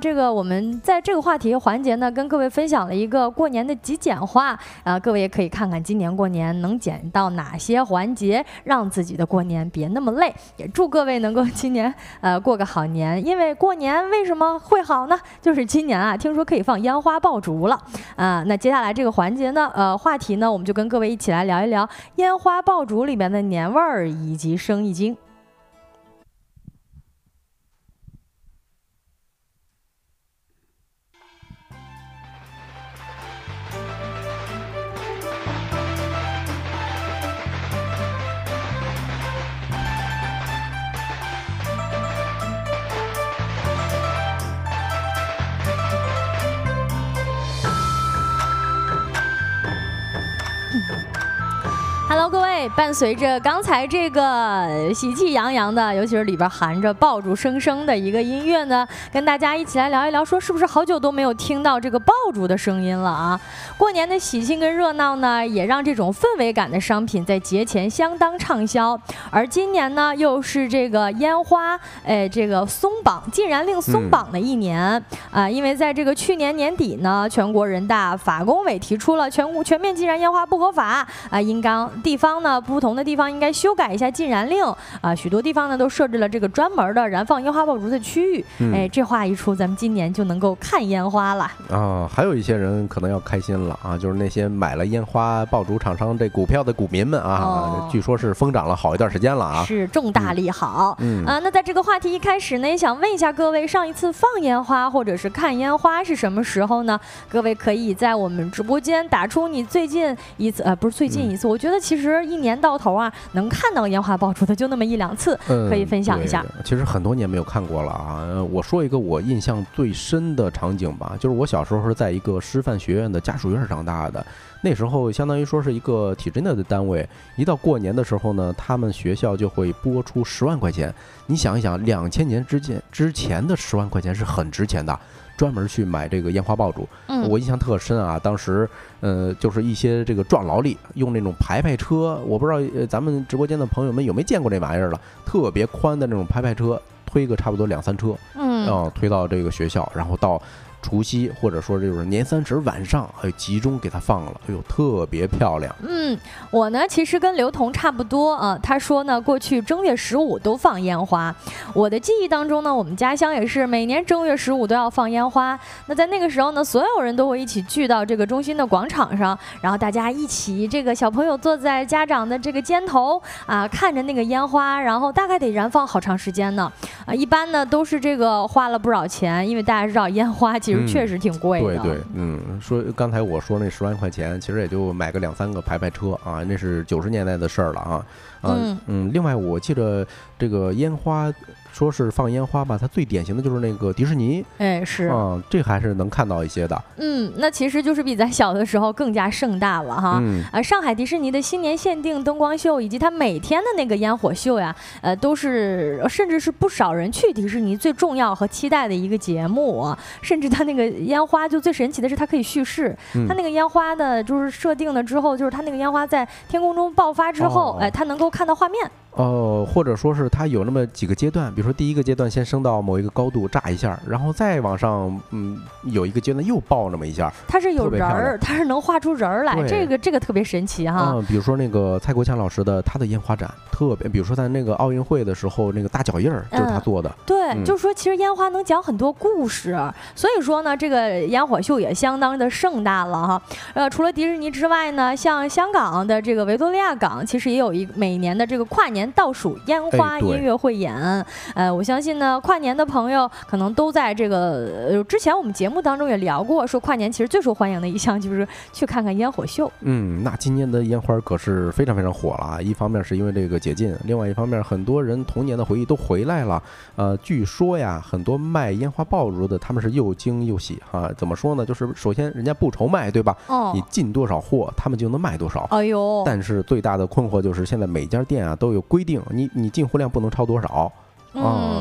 我们在这个话题环节呢，跟各位分享了一个过年的极简化各位也可以看看今年过年能减到哪些环节，让自己的过年别那么累。也祝各位能够今年过个好年，因为过年为什么会好呢？就是今年啊，听说可以放烟花爆竹了那接下来这个环节呢，话题呢，我们就跟各位一起来聊一聊烟花爆竹里面的年味儿以及生意经。Hello， 各位，伴随着刚才这个喜气洋洋的，尤其是里边含着爆竹声声的一个音乐呢，跟大家一起来聊一聊，说是不是好久都没有听到这个爆竹的声音了啊？过年的喜庆跟热闹呢，也让这种氛围感的商品在节前相当畅销。而今年呢，又是这个烟花，这个松绑禁燃令松绑的一年因为在这个去年年底呢，全国人大法工委提出了全面禁燃烟花不合法应当地方呢，不同的地方应该修改一下禁燃令许多地方呢都设置了这个专门的燃放烟花爆竹的区域。这话一出，咱们今年就能够看烟花了还有一些人可能要开心了就是那些买了烟花爆竹厂商这股票的股民们据说是疯涨了好一段时间了是重大利好。那在这个话题一开始呢，也想问一下各位，上一次放烟花或者是看烟花是什么时候呢？各位可以在我们直播间打出你最近一次不是最近一次我觉得其实一年到头能看到烟花爆竹的就那么一两次可以分享一下。 其实很多年没有看过了我说一个我印象最深的场景吧，就是我小时候是在一个师范学院的家属院长大的，那时候相当于说是一个体制内的单位，一到过年的时候呢，他们学校就会拨出10万块钱。你想一想，2000年之前的10万块钱是很值钱的，专门去买这个烟花爆竹。我印象特深当时就是一些这个壮劳力用那种排车，我不知道咱们直播间的朋友们有没有见过这玩意儿了，特别宽的那种排车，推个差不多2-3车，推到这个学校，然后到除夕或者说就是年30晚上集中给它放了，特别漂亮。 我呢其实跟刘同差不多他说呢过去正月15都放烟花，我的记忆当中呢，我们家乡也是每年正月15都要放烟花。那在那个时候呢，所有人都会一起聚到这个中心的广场上，然后大家一起，这个小朋友坐在家长的这个肩头看着那个烟花，然后大概得燃放好长时间呢一般呢都是这个花了不少钱，因为大家知道烟花其实确实挺贵的。 对，说刚才我说那10万块钱，其实也就买个2-3个排车那是90年代的事儿了另外我记得这个烟花，说是放烟花吧，它最典型的就是那个迪士尼， 是这还是能看到一些的。 那其实就是比咱小的时候更加盛大了上海迪士尼的新年限定灯光秀以及它每天的那个烟火秀呀，都是甚至是不少人去迪士尼最重要和期待的一个节目甚至它那个烟花就最神奇的是它可以蓄势，它那个烟花的就是设定了之后，就是它那个烟花在天空中爆发之后，它能够看到画面。 或者说是它有那么几个阶段，比如说第一个阶段先升到某一个高度炸一下，然后再往上有一个阶段又爆那么一下， 它是有人儿，它是能画出人儿来，这个特别神奇比如说那个蔡国强老师的他的烟花展特别，比如说在那个奥运会的时候那个大脚印儿就是他做的。 对，就是说其实烟花能讲很多故事，所以说呢这个烟火秀也相当的盛大了除了迪士尼之外呢，像香港的这个维多利亚港其实也有每年的这个跨年倒数烟花音乐汇演。我相信呢跨年的朋友可能都在这个之前我们节目当中也聊过，说跨年其实最受欢迎的一项就是去看看烟火秀。 那今年的烟花可是非常非常火了一方面是因为这个解禁，另外一方面很多人童年的回忆都回来了。据说呀很多卖烟花爆竹的他们是又惊又喜怎么说呢，就是首先人家不愁卖，对吧？你进多少货他们就能卖多少。但是最大的困惑就是现在每家店都有规定，你进货量不能超多少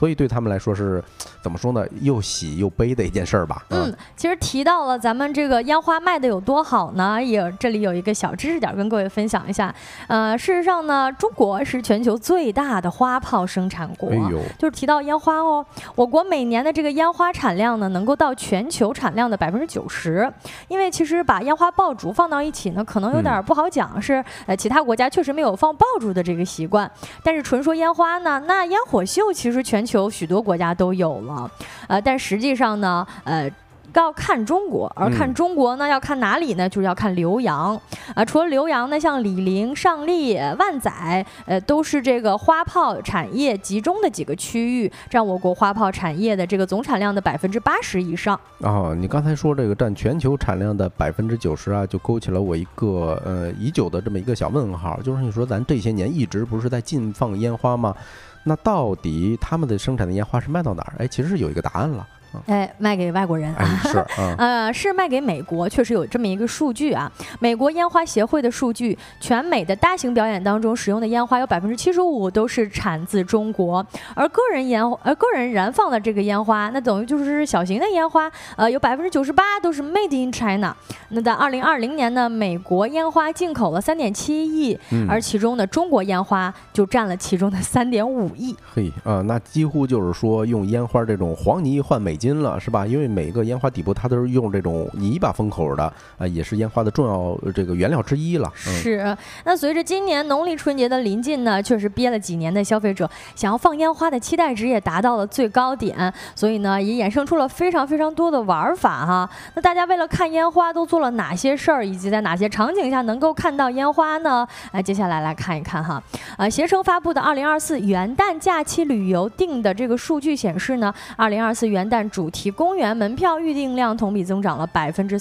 所以对他们来说是怎么说呢，又喜又悲的一件事儿吧。 其实提到了咱们这个烟花卖的有多好呢，这里有一个小知识点跟各位分享一下。事实上呢，中国是全球最大的花炮生产国。就是提到烟花哦，我国每年的这个烟花产量呢，能够到全球产量的90%。因为其实把烟花爆竹放到一起呢，可能有点不好讲，是其他国家确实没有放爆竹的这个习惯。但是纯说烟花呢，那烟火秀其实全球许多国家都有了。但实际上呢，要看中国，而看中国呢，要看哪里呢？就是要看浏阳除了浏阳呢，像醴陵、上栗、万载，都是这个花炮产业集中的几个区域，占我国花炮产业的这个总产量的80%以上。 你刚才说这个占全球产量的90%啊，就勾起了我一个已久的这么一个小问号，就是你说咱这些年一直不是在禁放烟花吗？那到底他们的生产的烟花是卖到哪儿？其实有一个答案了。 卖给外国人是卖给美国，确实有这么一个数据啊。美国烟花协会的数据，全美的大型表演当中使用的烟花有75%都是产自中国，而个人燃放的这个烟花，那等于就是小型的烟花，有98%都是 Made in China。那在2020年呢，美国烟花进口了3.7亿，而其中呢，中国烟花就占了其中的3.5亿。 那几乎就是说用烟花这种黄泥换美金了，是吧？因为每个烟花底部它都是用这种泥巴封口的也是烟花的重要这个原料之一了。 是。那随着今年农历春节的临近呢，确实憋了几年的消费者想要放烟花的期待值也达到了最高点，所以呢，也衍生出了非常非常多的玩法哈。那大家为了看烟花都做了哪些事儿，以及在哪些场景下能够看到烟花呢？接下来来看一看哈。携程发布的2024元旦假期旅游订的这个数据显示呢，2024元旦主题公园门票预订量同比增长了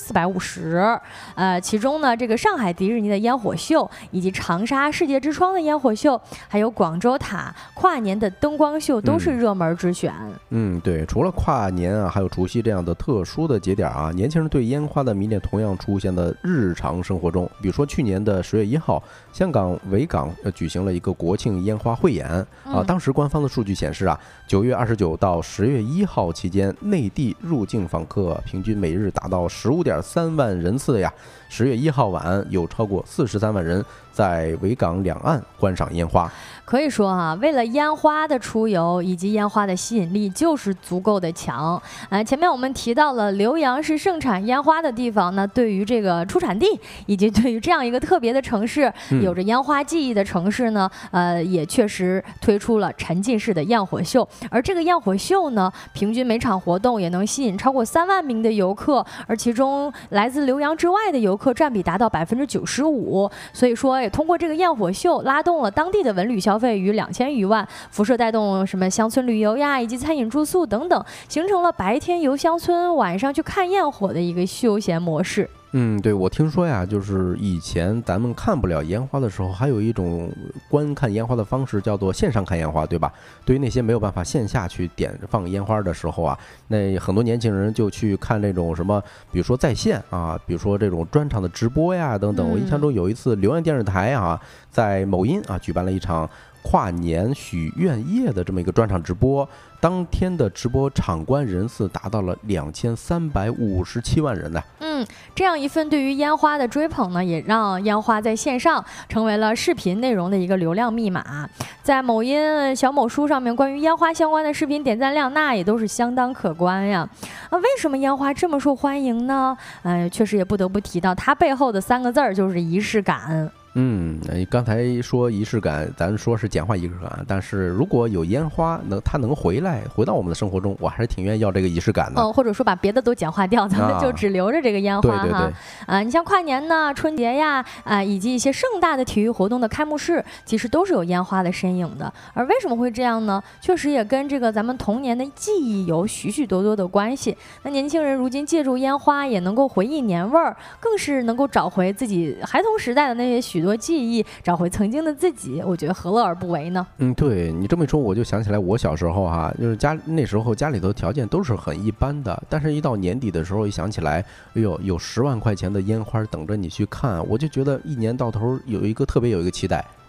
450%。其中呢，这个上海迪士尼的烟火秀，以及长沙世界之窗的烟火秀，还有广州塔跨年的灯光秀都是热门之选。 对，除了跨年啊，还有除夕这样的特殊的节点啊，年轻人对烟花的迷恋同样出现在日常生活中。比如说去年的10月1号，香港维港举行了一个国庆烟花汇演当时官方的数据显示9月29到10月1号期间，内地入境访客平均每日达到15.3万人次呀。10月1号晚，有超过43万人在维港两岸观赏烟花。 可以说为了烟花的出游以及烟花的吸引力就是足够的强。前面我们提到了浏阳是盛产烟花的地方，那对于这个出产地以及对于这样一个特别的城市，有着烟花记忆的城市呢，也确实推出了沉浸式的焰火秀。而这个焰火秀呢，平均每场活动也能吸引超过3万名的游客，而其中来自浏阳之外的游客占比达到95%。所以说，也通过这个焰火秀拉动了当地的文旅消费逾2000余万，辐射带动什么乡村旅游呀，以及餐饮住宿等等，形成了白天游乡村，晚上去看焰火的一个休闲模式。 对，我听说呀，就是以前咱们看不了烟花的时候，还有一种观看烟花的方式叫做线上看烟花，对吧？对于那些没有办法线下去点放烟花的时候那很多年轻人就去看那种什么，比如说在线比如说这种专场的直播呀等等。我印象中有一次辽源电视台在某音举办了一场跨年许愿夜的这么一个专场直播，当天的直播场观人次达到了2357万人呢。 这样一份对于烟花的追捧呢，也让烟花在线上成为了视频内容的一个流量密码。在某音、小某书上面，关于烟花相关的视频点赞量那也都是相当可观呀。为什么烟花这么受欢迎呢？确实也不得不提到它背后的3个字儿，就是仪式感。 刚才说仪式感，咱说是简化仪式感，但是如果有烟花它能回到我们的生活中，我还是挺愿意要这个仪式感的。 或者说把别的都简化掉，咱们就只留着这个烟花你像跨年呢、春节呀以及一些盛大的体育活动的开幕式，其实都是有烟花的身影的。而为什么会这样呢？确实也跟这个咱们童年的记忆有许许多多的关系。那年轻人如今借助烟花也能够回忆年味儿，更是能够找回自己孩童时代的那些许多记忆，找回曾经的自己，我觉得何乐而不为呢？ 对，你这么一说，我就想起来我小时候就是那时候家里头条件都是很一般的，但是一到年底的时候，一想起来，有10万块钱的烟花等着你去看，我就觉得一年到头有一个期待。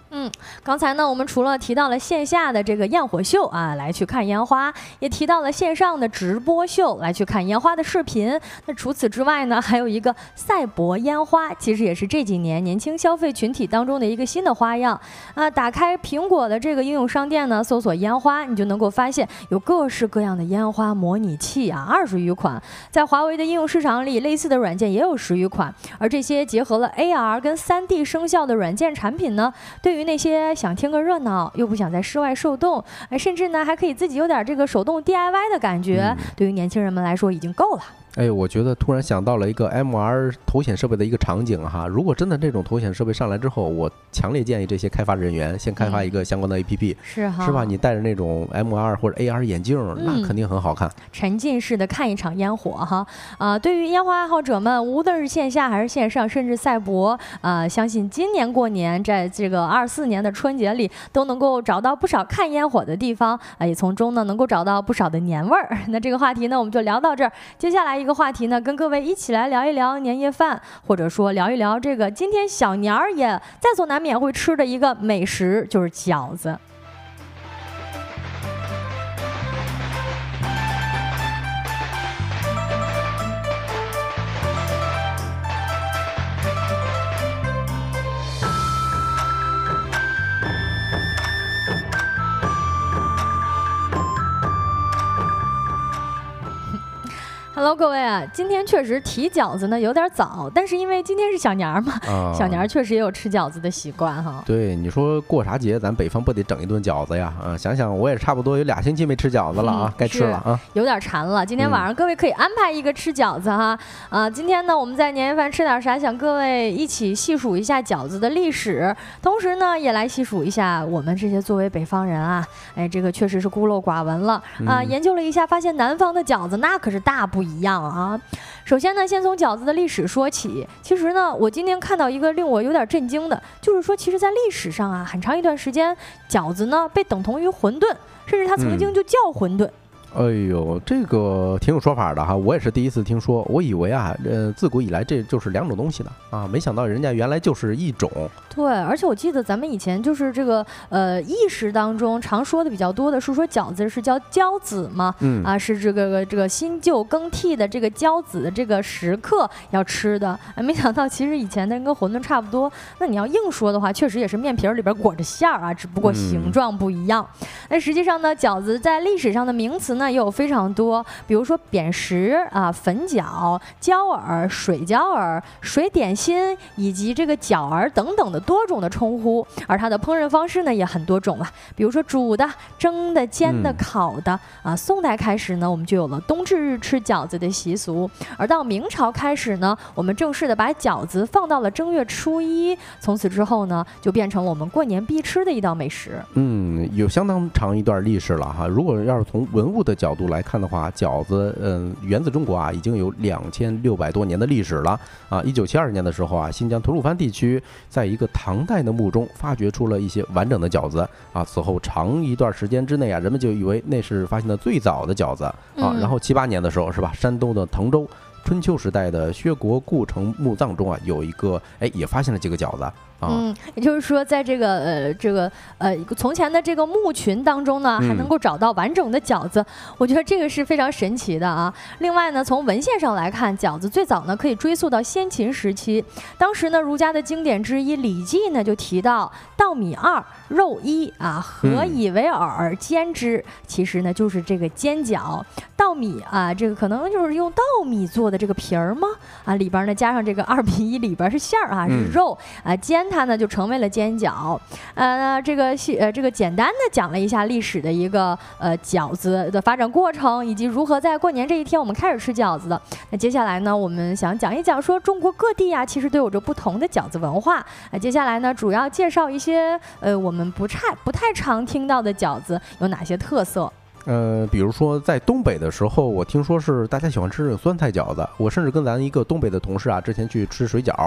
刚才呢，我们除了提到了线下的这个焰火秀啊，来去看烟花，也提到了线上的直播秀，来去看烟花的视频。那除此之外呢，还有一个赛博烟花，其实也是这几年年轻消费群体当中的一个新的花样啊。打开苹果的这个应用商店呢，搜索烟花，你就能够发现有各式各样的烟花模拟器啊，20余款。在华为的应用市场里，类似的软件也有10余款。而这些结合了 AR 跟3D 声效的软件产品呢，对于那些想听个热闹又不想在室外受冻，甚至呢还可以自己有点这个手动 DIY 的感觉，对于年轻人们来说已经够了。 我觉得突然想到了一个 MR 头显设备的一个场景哈。如果真的这种头显设备上来之后，我强烈建议这些开发人员先开发一个相关的 APP，是吧？你戴着那种 MR 或者 AR 眼镜，那肯定很好看， 沉浸式的看一场烟火哈。对于烟花爱好者们，无论是线下还是线上，甚至赛博，相信今年过年在这个24年的春节里，都能够找到不少看烟火的地方，也从中呢能够找到不少的年味儿。那这个话题呢，我们就聊到这儿。接下来一个话题呢，跟各位一起来聊一聊年夜饭，或者说聊一聊这个今天小年儿也在所难免会吃的一个美食，就是饺子。Hello， 各位啊，今天确实提饺子呢有点早，但是因为今天是小年儿嘛，小年儿确实也有吃饺子的习惯哈。 对，你说过啥节，咱北方不得整一顿饺子呀？想想我也差不多有2星期没吃饺子了啊，该吃了啊， 有点馋了。今天晚上各位可以安排一个吃饺子哈。今天呢我们在年夜饭吃点啥？想各位一起细数一下饺子的历史，同时呢也来细数一下我们这些作为北方人啊，这个确实是孤陋寡闻了啊。研究了一下，发现南方的饺子那可是大不一样啊。首先呢，先从饺子的历史说起。其实呢，我今天看到一个令我有点震惊的，就是说，其实在历史上啊，很长一段时间，饺子呢被等同于馄饨，甚至它曾经就叫馄饨。 哎呦，这个挺有说法的哈，我也是第一次听说。我以为啊，自古以来这就是2种东西的啊，没想到人家原来就是一种。 对，而且我记得咱们以前就是这个意识当中常说的比较多的是说饺子是叫交子嘛，是这个新旧更替的这个交子的这个时刻要吃的。没想到其实以前的跟馄饨差不多。那你要硬说的话，确实也是面皮里边裹着馅儿啊，只不过形状不一样。那实际上呢，饺子在历史上的名词呢也有非常多，比如说扁食啊、粉饺、椒饵、水椒饵、水点心以及这个饺儿等等的多种的称呼。而它的烹饪方式呢也很多种啊，比如说煮的、蒸的、煎的、烤的啊。宋代开始呢，我们就有了冬至日吃饺子的习俗，而到明朝开始呢，我们正式的把饺子放到了正月初1，从此之后呢，就变成了我们过年必吃的一道美食。 有相当长一段历史了哈。如果要是从文物的角度来看的话，饺子源自中国啊，已经有2600多年的历史了啊。1972年的时候啊，新疆吐鲁番地区在一个唐代的墓中发掘出了一些完整的饺子啊。此后长一段时间之内啊，人们就以为那是发现的最早的饺子啊。然后78年的时候是吧，山东的滕州春秋时代的薛国故城墓葬中啊，有一个也发现了几个饺子。 也就是说，在这个从前的这个墓群当中呢，还能够找到完整的饺子，我觉得这个是非常神奇的啊。另外呢，从文献上来看，饺子最早呢可以追溯到先秦时期。当时呢，儒家的经典之一《礼记》呢就提到稻米2，肉1啊，合以为饵，煎之。其实呢就是这个煎饺。稻米啊，这个可能就是用稻米做的这个皮儿吗？啊，里边呢加上这个2:1，里边是馅儿啊，是肉啊，煎它呢就成为了煎饺。这个简单的讲了一下历史的一个饺子的发展过程，以及如何在过年这一天我们开始吃饺子的。那接下来呢，我们想讲一讲说中国各地啊，其实都有着不同的饺子文化。接下来呢，主要介绍一些我们不太常听到的饺子有哪些特色。 比如说在东北的时候，我听说是大家喜欢吃酸菜饺子。我甚至跟咱一个东北的同事啊，之前去吃水饺，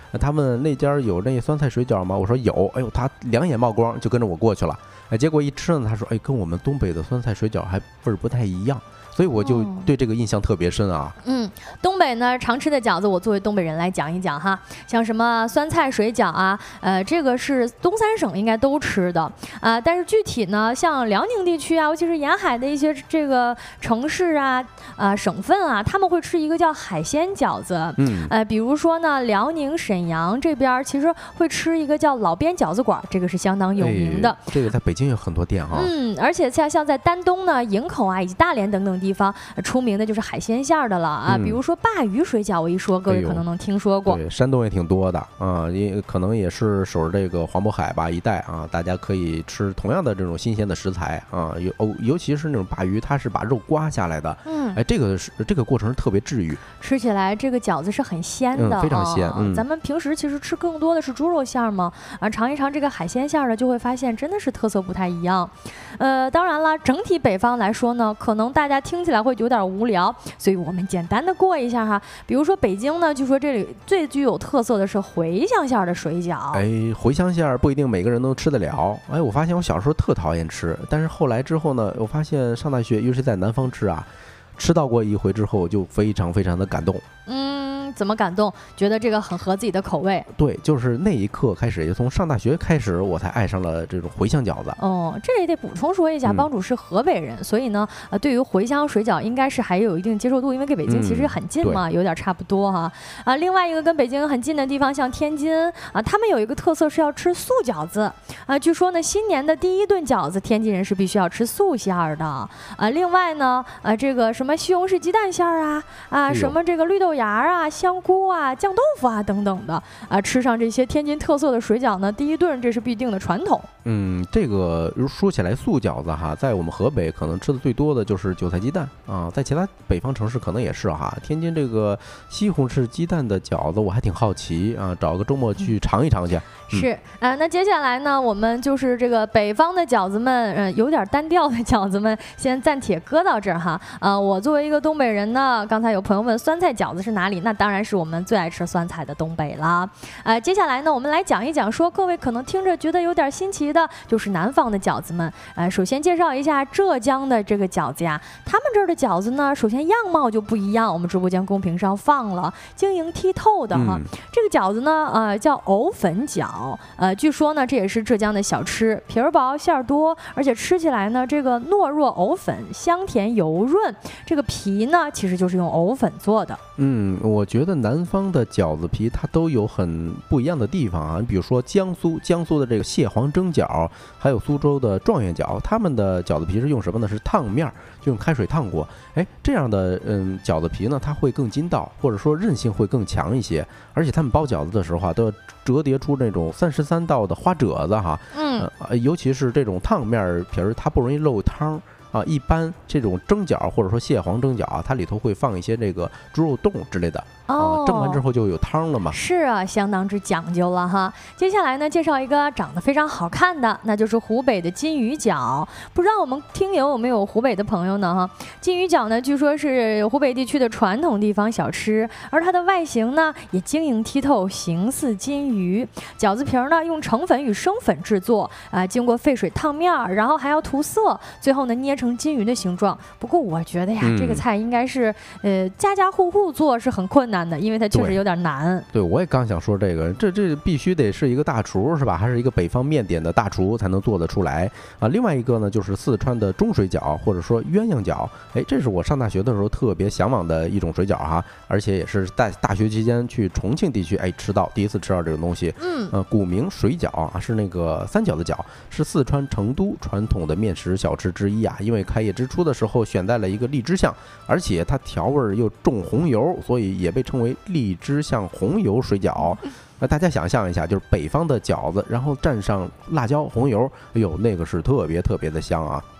他问那家有那酸菜水饺吗？我说有，哎呦，他两眼冒光就跟着我过去了。结果一吃呢，他说，跟我们东北的酸菜水饺还味儿不太一样。所以我就对这个印象特别深啊。 东北呢常吃的饺子，我作为东北人来讲一讲哈，像什么酸菜水饺啊，这个是东三省应该都吃的啊。但是具体呢，像辽宁地区啊，尤其是沿海的一些这个城市啊、省份啊，他们会吃一个叫海鲜饺子。比如说呢，辽宁沈阳这边其实会吃一个叫老边饺子馆，这个是相当有名的。 这个在北京有很多店啊。 而且像在丹东呢、营口啊以及大连等等地方，出名的就是海鲜馅的了啊。比如说鲅鱼水饺，我一说各位可能能听说过。 对，山东也挺多的啊，也可能也是守着这个黄渤海吧一带啊，大家可以吃同样的这种新鲜的食材啊，尤其是那种鲅鱼，它是把肉刮下来的。这个过程是特别治愈， 吃起来这个饺子是很鲜的， 非常鲜。 咱们平时其实吃更多的是猪肉馅嘛，尝一尝这个海鲜馅的，就会发现真的是特色不太一样。当然了，整体北方来说呢，可能大家听起来会有点无聊，所以我们简单的过一下哈。比如说北京呢，据说这里最具有特色的是茴香馅的水饺。 茴香馅不一定每个人都吃得了。我发现我小时候特讨厌吃，但是后来之后呢，我发现上大学，尤其在南方吃啊，吃到过一回之后，就非常非常的感动。 怎么感动？觉得这个很合自己的口味。 对，就是那一刻开始，也从上大学开始，我才爱上了这种茴香饺子。 这也得补充说一下，帮主是河北人，所以呢，对于茴香水饺应该是还有一定接受度，因为跟北京其实很近嘛，有点差不多哈。另外一个跟北京很近的地方，像天津啊，他们有一个特色是要吃素饺子啊。据说呢，新年的第一顿饺子，天津人是必须要吃素馅的另外呢，这个什么西红柿鸡蛋馅什么这个绿豆芽啊、香菇啊、酱豆腐啊等等的吃上这些天津特色的水饺呢，第一顿这是必定的传统。 这个说起来素饺子哈，在我们河北可能吃的最多的就是韭菜鸡蛋啊，在其他北方城市可能也是哈。天津这个西红柿鸡蛋的饺子我还挺好奇啊，找个周末去尝一尝去。 是那接下来呢，我们就是这个北方的饺子们，有点单调的饺子们，先暂且搁到这儿哈。我作为一个东北人呢，刚才有朋友问酸菜饺子是哪里，那当然是我们最爱吃酸菜的东北了。接下来呢，我们来讲一讲，说各位可能听着觉得有点新奇的，就是南方的饺子们。首先介绍一下浙江的这个饺子呀，他们这儿的饺子呢，首先样貌就不一样，我们直播间公屏上放了，晶莹剔透的哈。这个饺子呢，叫藕粉饺。据说呢，这也是浙江的小吃，皮儿薄馅儿多，而且吃起来呢，这个糯若藕粉，香甜油润。这个皮呢，其实就是用藕粉做的。 我觉得南方的饺子皮它都有很不一样的地方啊，比如说江苏的这个蟹黄蒸饺，还有苏州的状元饺，他们的饺子皮是用什么呢？是烫面，就用开水烫过。这样的饺子皮呢，它会更筋道，或者说韧性会更强一些，而且他们包饺子的时候都要折叠出那种33道的花褶子哈。尤其是这种烫面皮儿，它不容易漏汤。一般这种蒸饺或者说蟹黄蒸饺它里头会放一些这个猪肉冻之类的。蒸完之后就有汤了嘛。 是啊，相当之讲究了哈。接下来呢，介绍一个长得非常好看的，那就是湖北的金鱼饺。不知道我们听友有没有湖北的朋友呢哈？金鱼饺呢，据说是湖北地区的传统地方小吃，而它的外形呢也晶莹剔透，形似金鱼。饺子皮呢用澄粉与生粉制作经过沸水烫面，然后还要涂色，最后呢捏成金鱼的形状。不过我觉得呀，这个菜应该是家家户户做是很困难的，因为它确实有点难。 对，我也刚想说这个，这必须得是一个大厨是吧？还是一个北方面点的大厨才能做得出来啊。另外一个呢，就是四川的中水饺或者说鸳鸯饺。这是我上大学的时候特别向往的一种水饺哈，而且也是在大学期间去重庆地区第一次吃到这种东西。古名水饺啊，是那个三角的饺，是四川成都传统的面食小吃之一啊。因为开业之初的时候选在了一个荔枝巷，而且它调味又重红油，所以也被称为荔枝巷红油水饺。大家想象一下，就是北方的饺子，然后蘸上辣椒红油，那个是特别特别的香啊。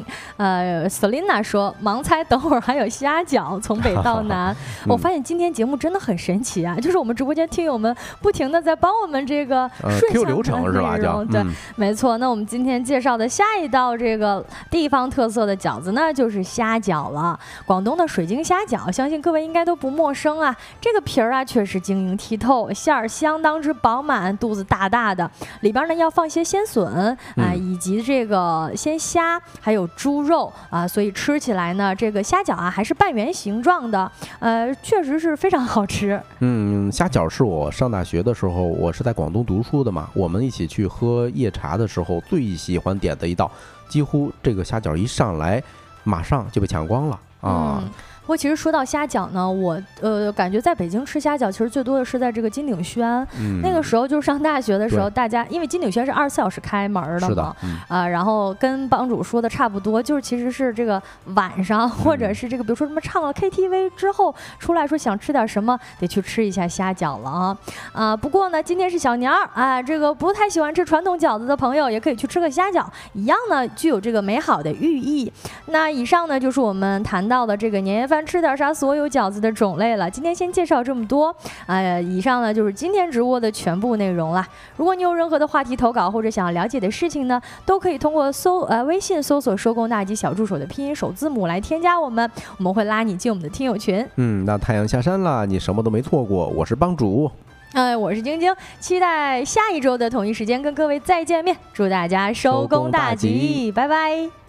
Selina 说盲猜等会儿还有虾饺，从北到南。我发现今天节目真的很神奇啊，就是我们直播间听友们不停的在帮我们这个顺 Q 流程是吧？ 对，没错。那我们今天介绍的下一道这个地方特色的饺子呢，就是虾饺了。广东的水晶虾饺，相信各位应该都不陌生啊。这个皮儿啊，确实晶莹剔透，馅儿香相当之饱满，肚子大大的，里边呢要放些鲜笋以及这个鲜虾，还有猪肉所以吃起来呢，这个虾饺还是半圆形状的，确实是非常好吃。 虾饺是我上大学的时候，我是在广东读书的嘛，我们一起去喝夜茶的时候最喜欢点的一道，几乎这个虾饺一上来马上就被抢光了啊。 不过其实说到虾饺呢，我感觉在北京吃虾饺，其实最多的是在这个金鼎轩。那个时候就是上大学的时候，大家因为金鼎轩是24小时开门的嘛，然后跟帮主说的差不多，就是其实是这个晚上或者是这个比如说什么唱了 KTV 之后出来说想吃点什么，得去吃一下虾饺了不过呢，今天是小年儿这个不太喜欢吃传统饺子的朋友也可以去吃个虾饺，一样呢具有这个美好的寓意。那以上呢就是我们谈到的这个年夜饭吃点啥所有饺子的种类了，今天先介绍这么多以上呢就是今天直播的全部内容了。如果你有任何的话题投稿或者想要了解的事情呢，都可以通过微信搜索收工大吉小助手的拼音首字母来添加我们会拉你进我们的听友群。 那太阳下山了，你什么都没错过。我是帮主， 我是晶晶，期待下一周的同一时间跟各位再见面，祝大家收工大吉，拜拜。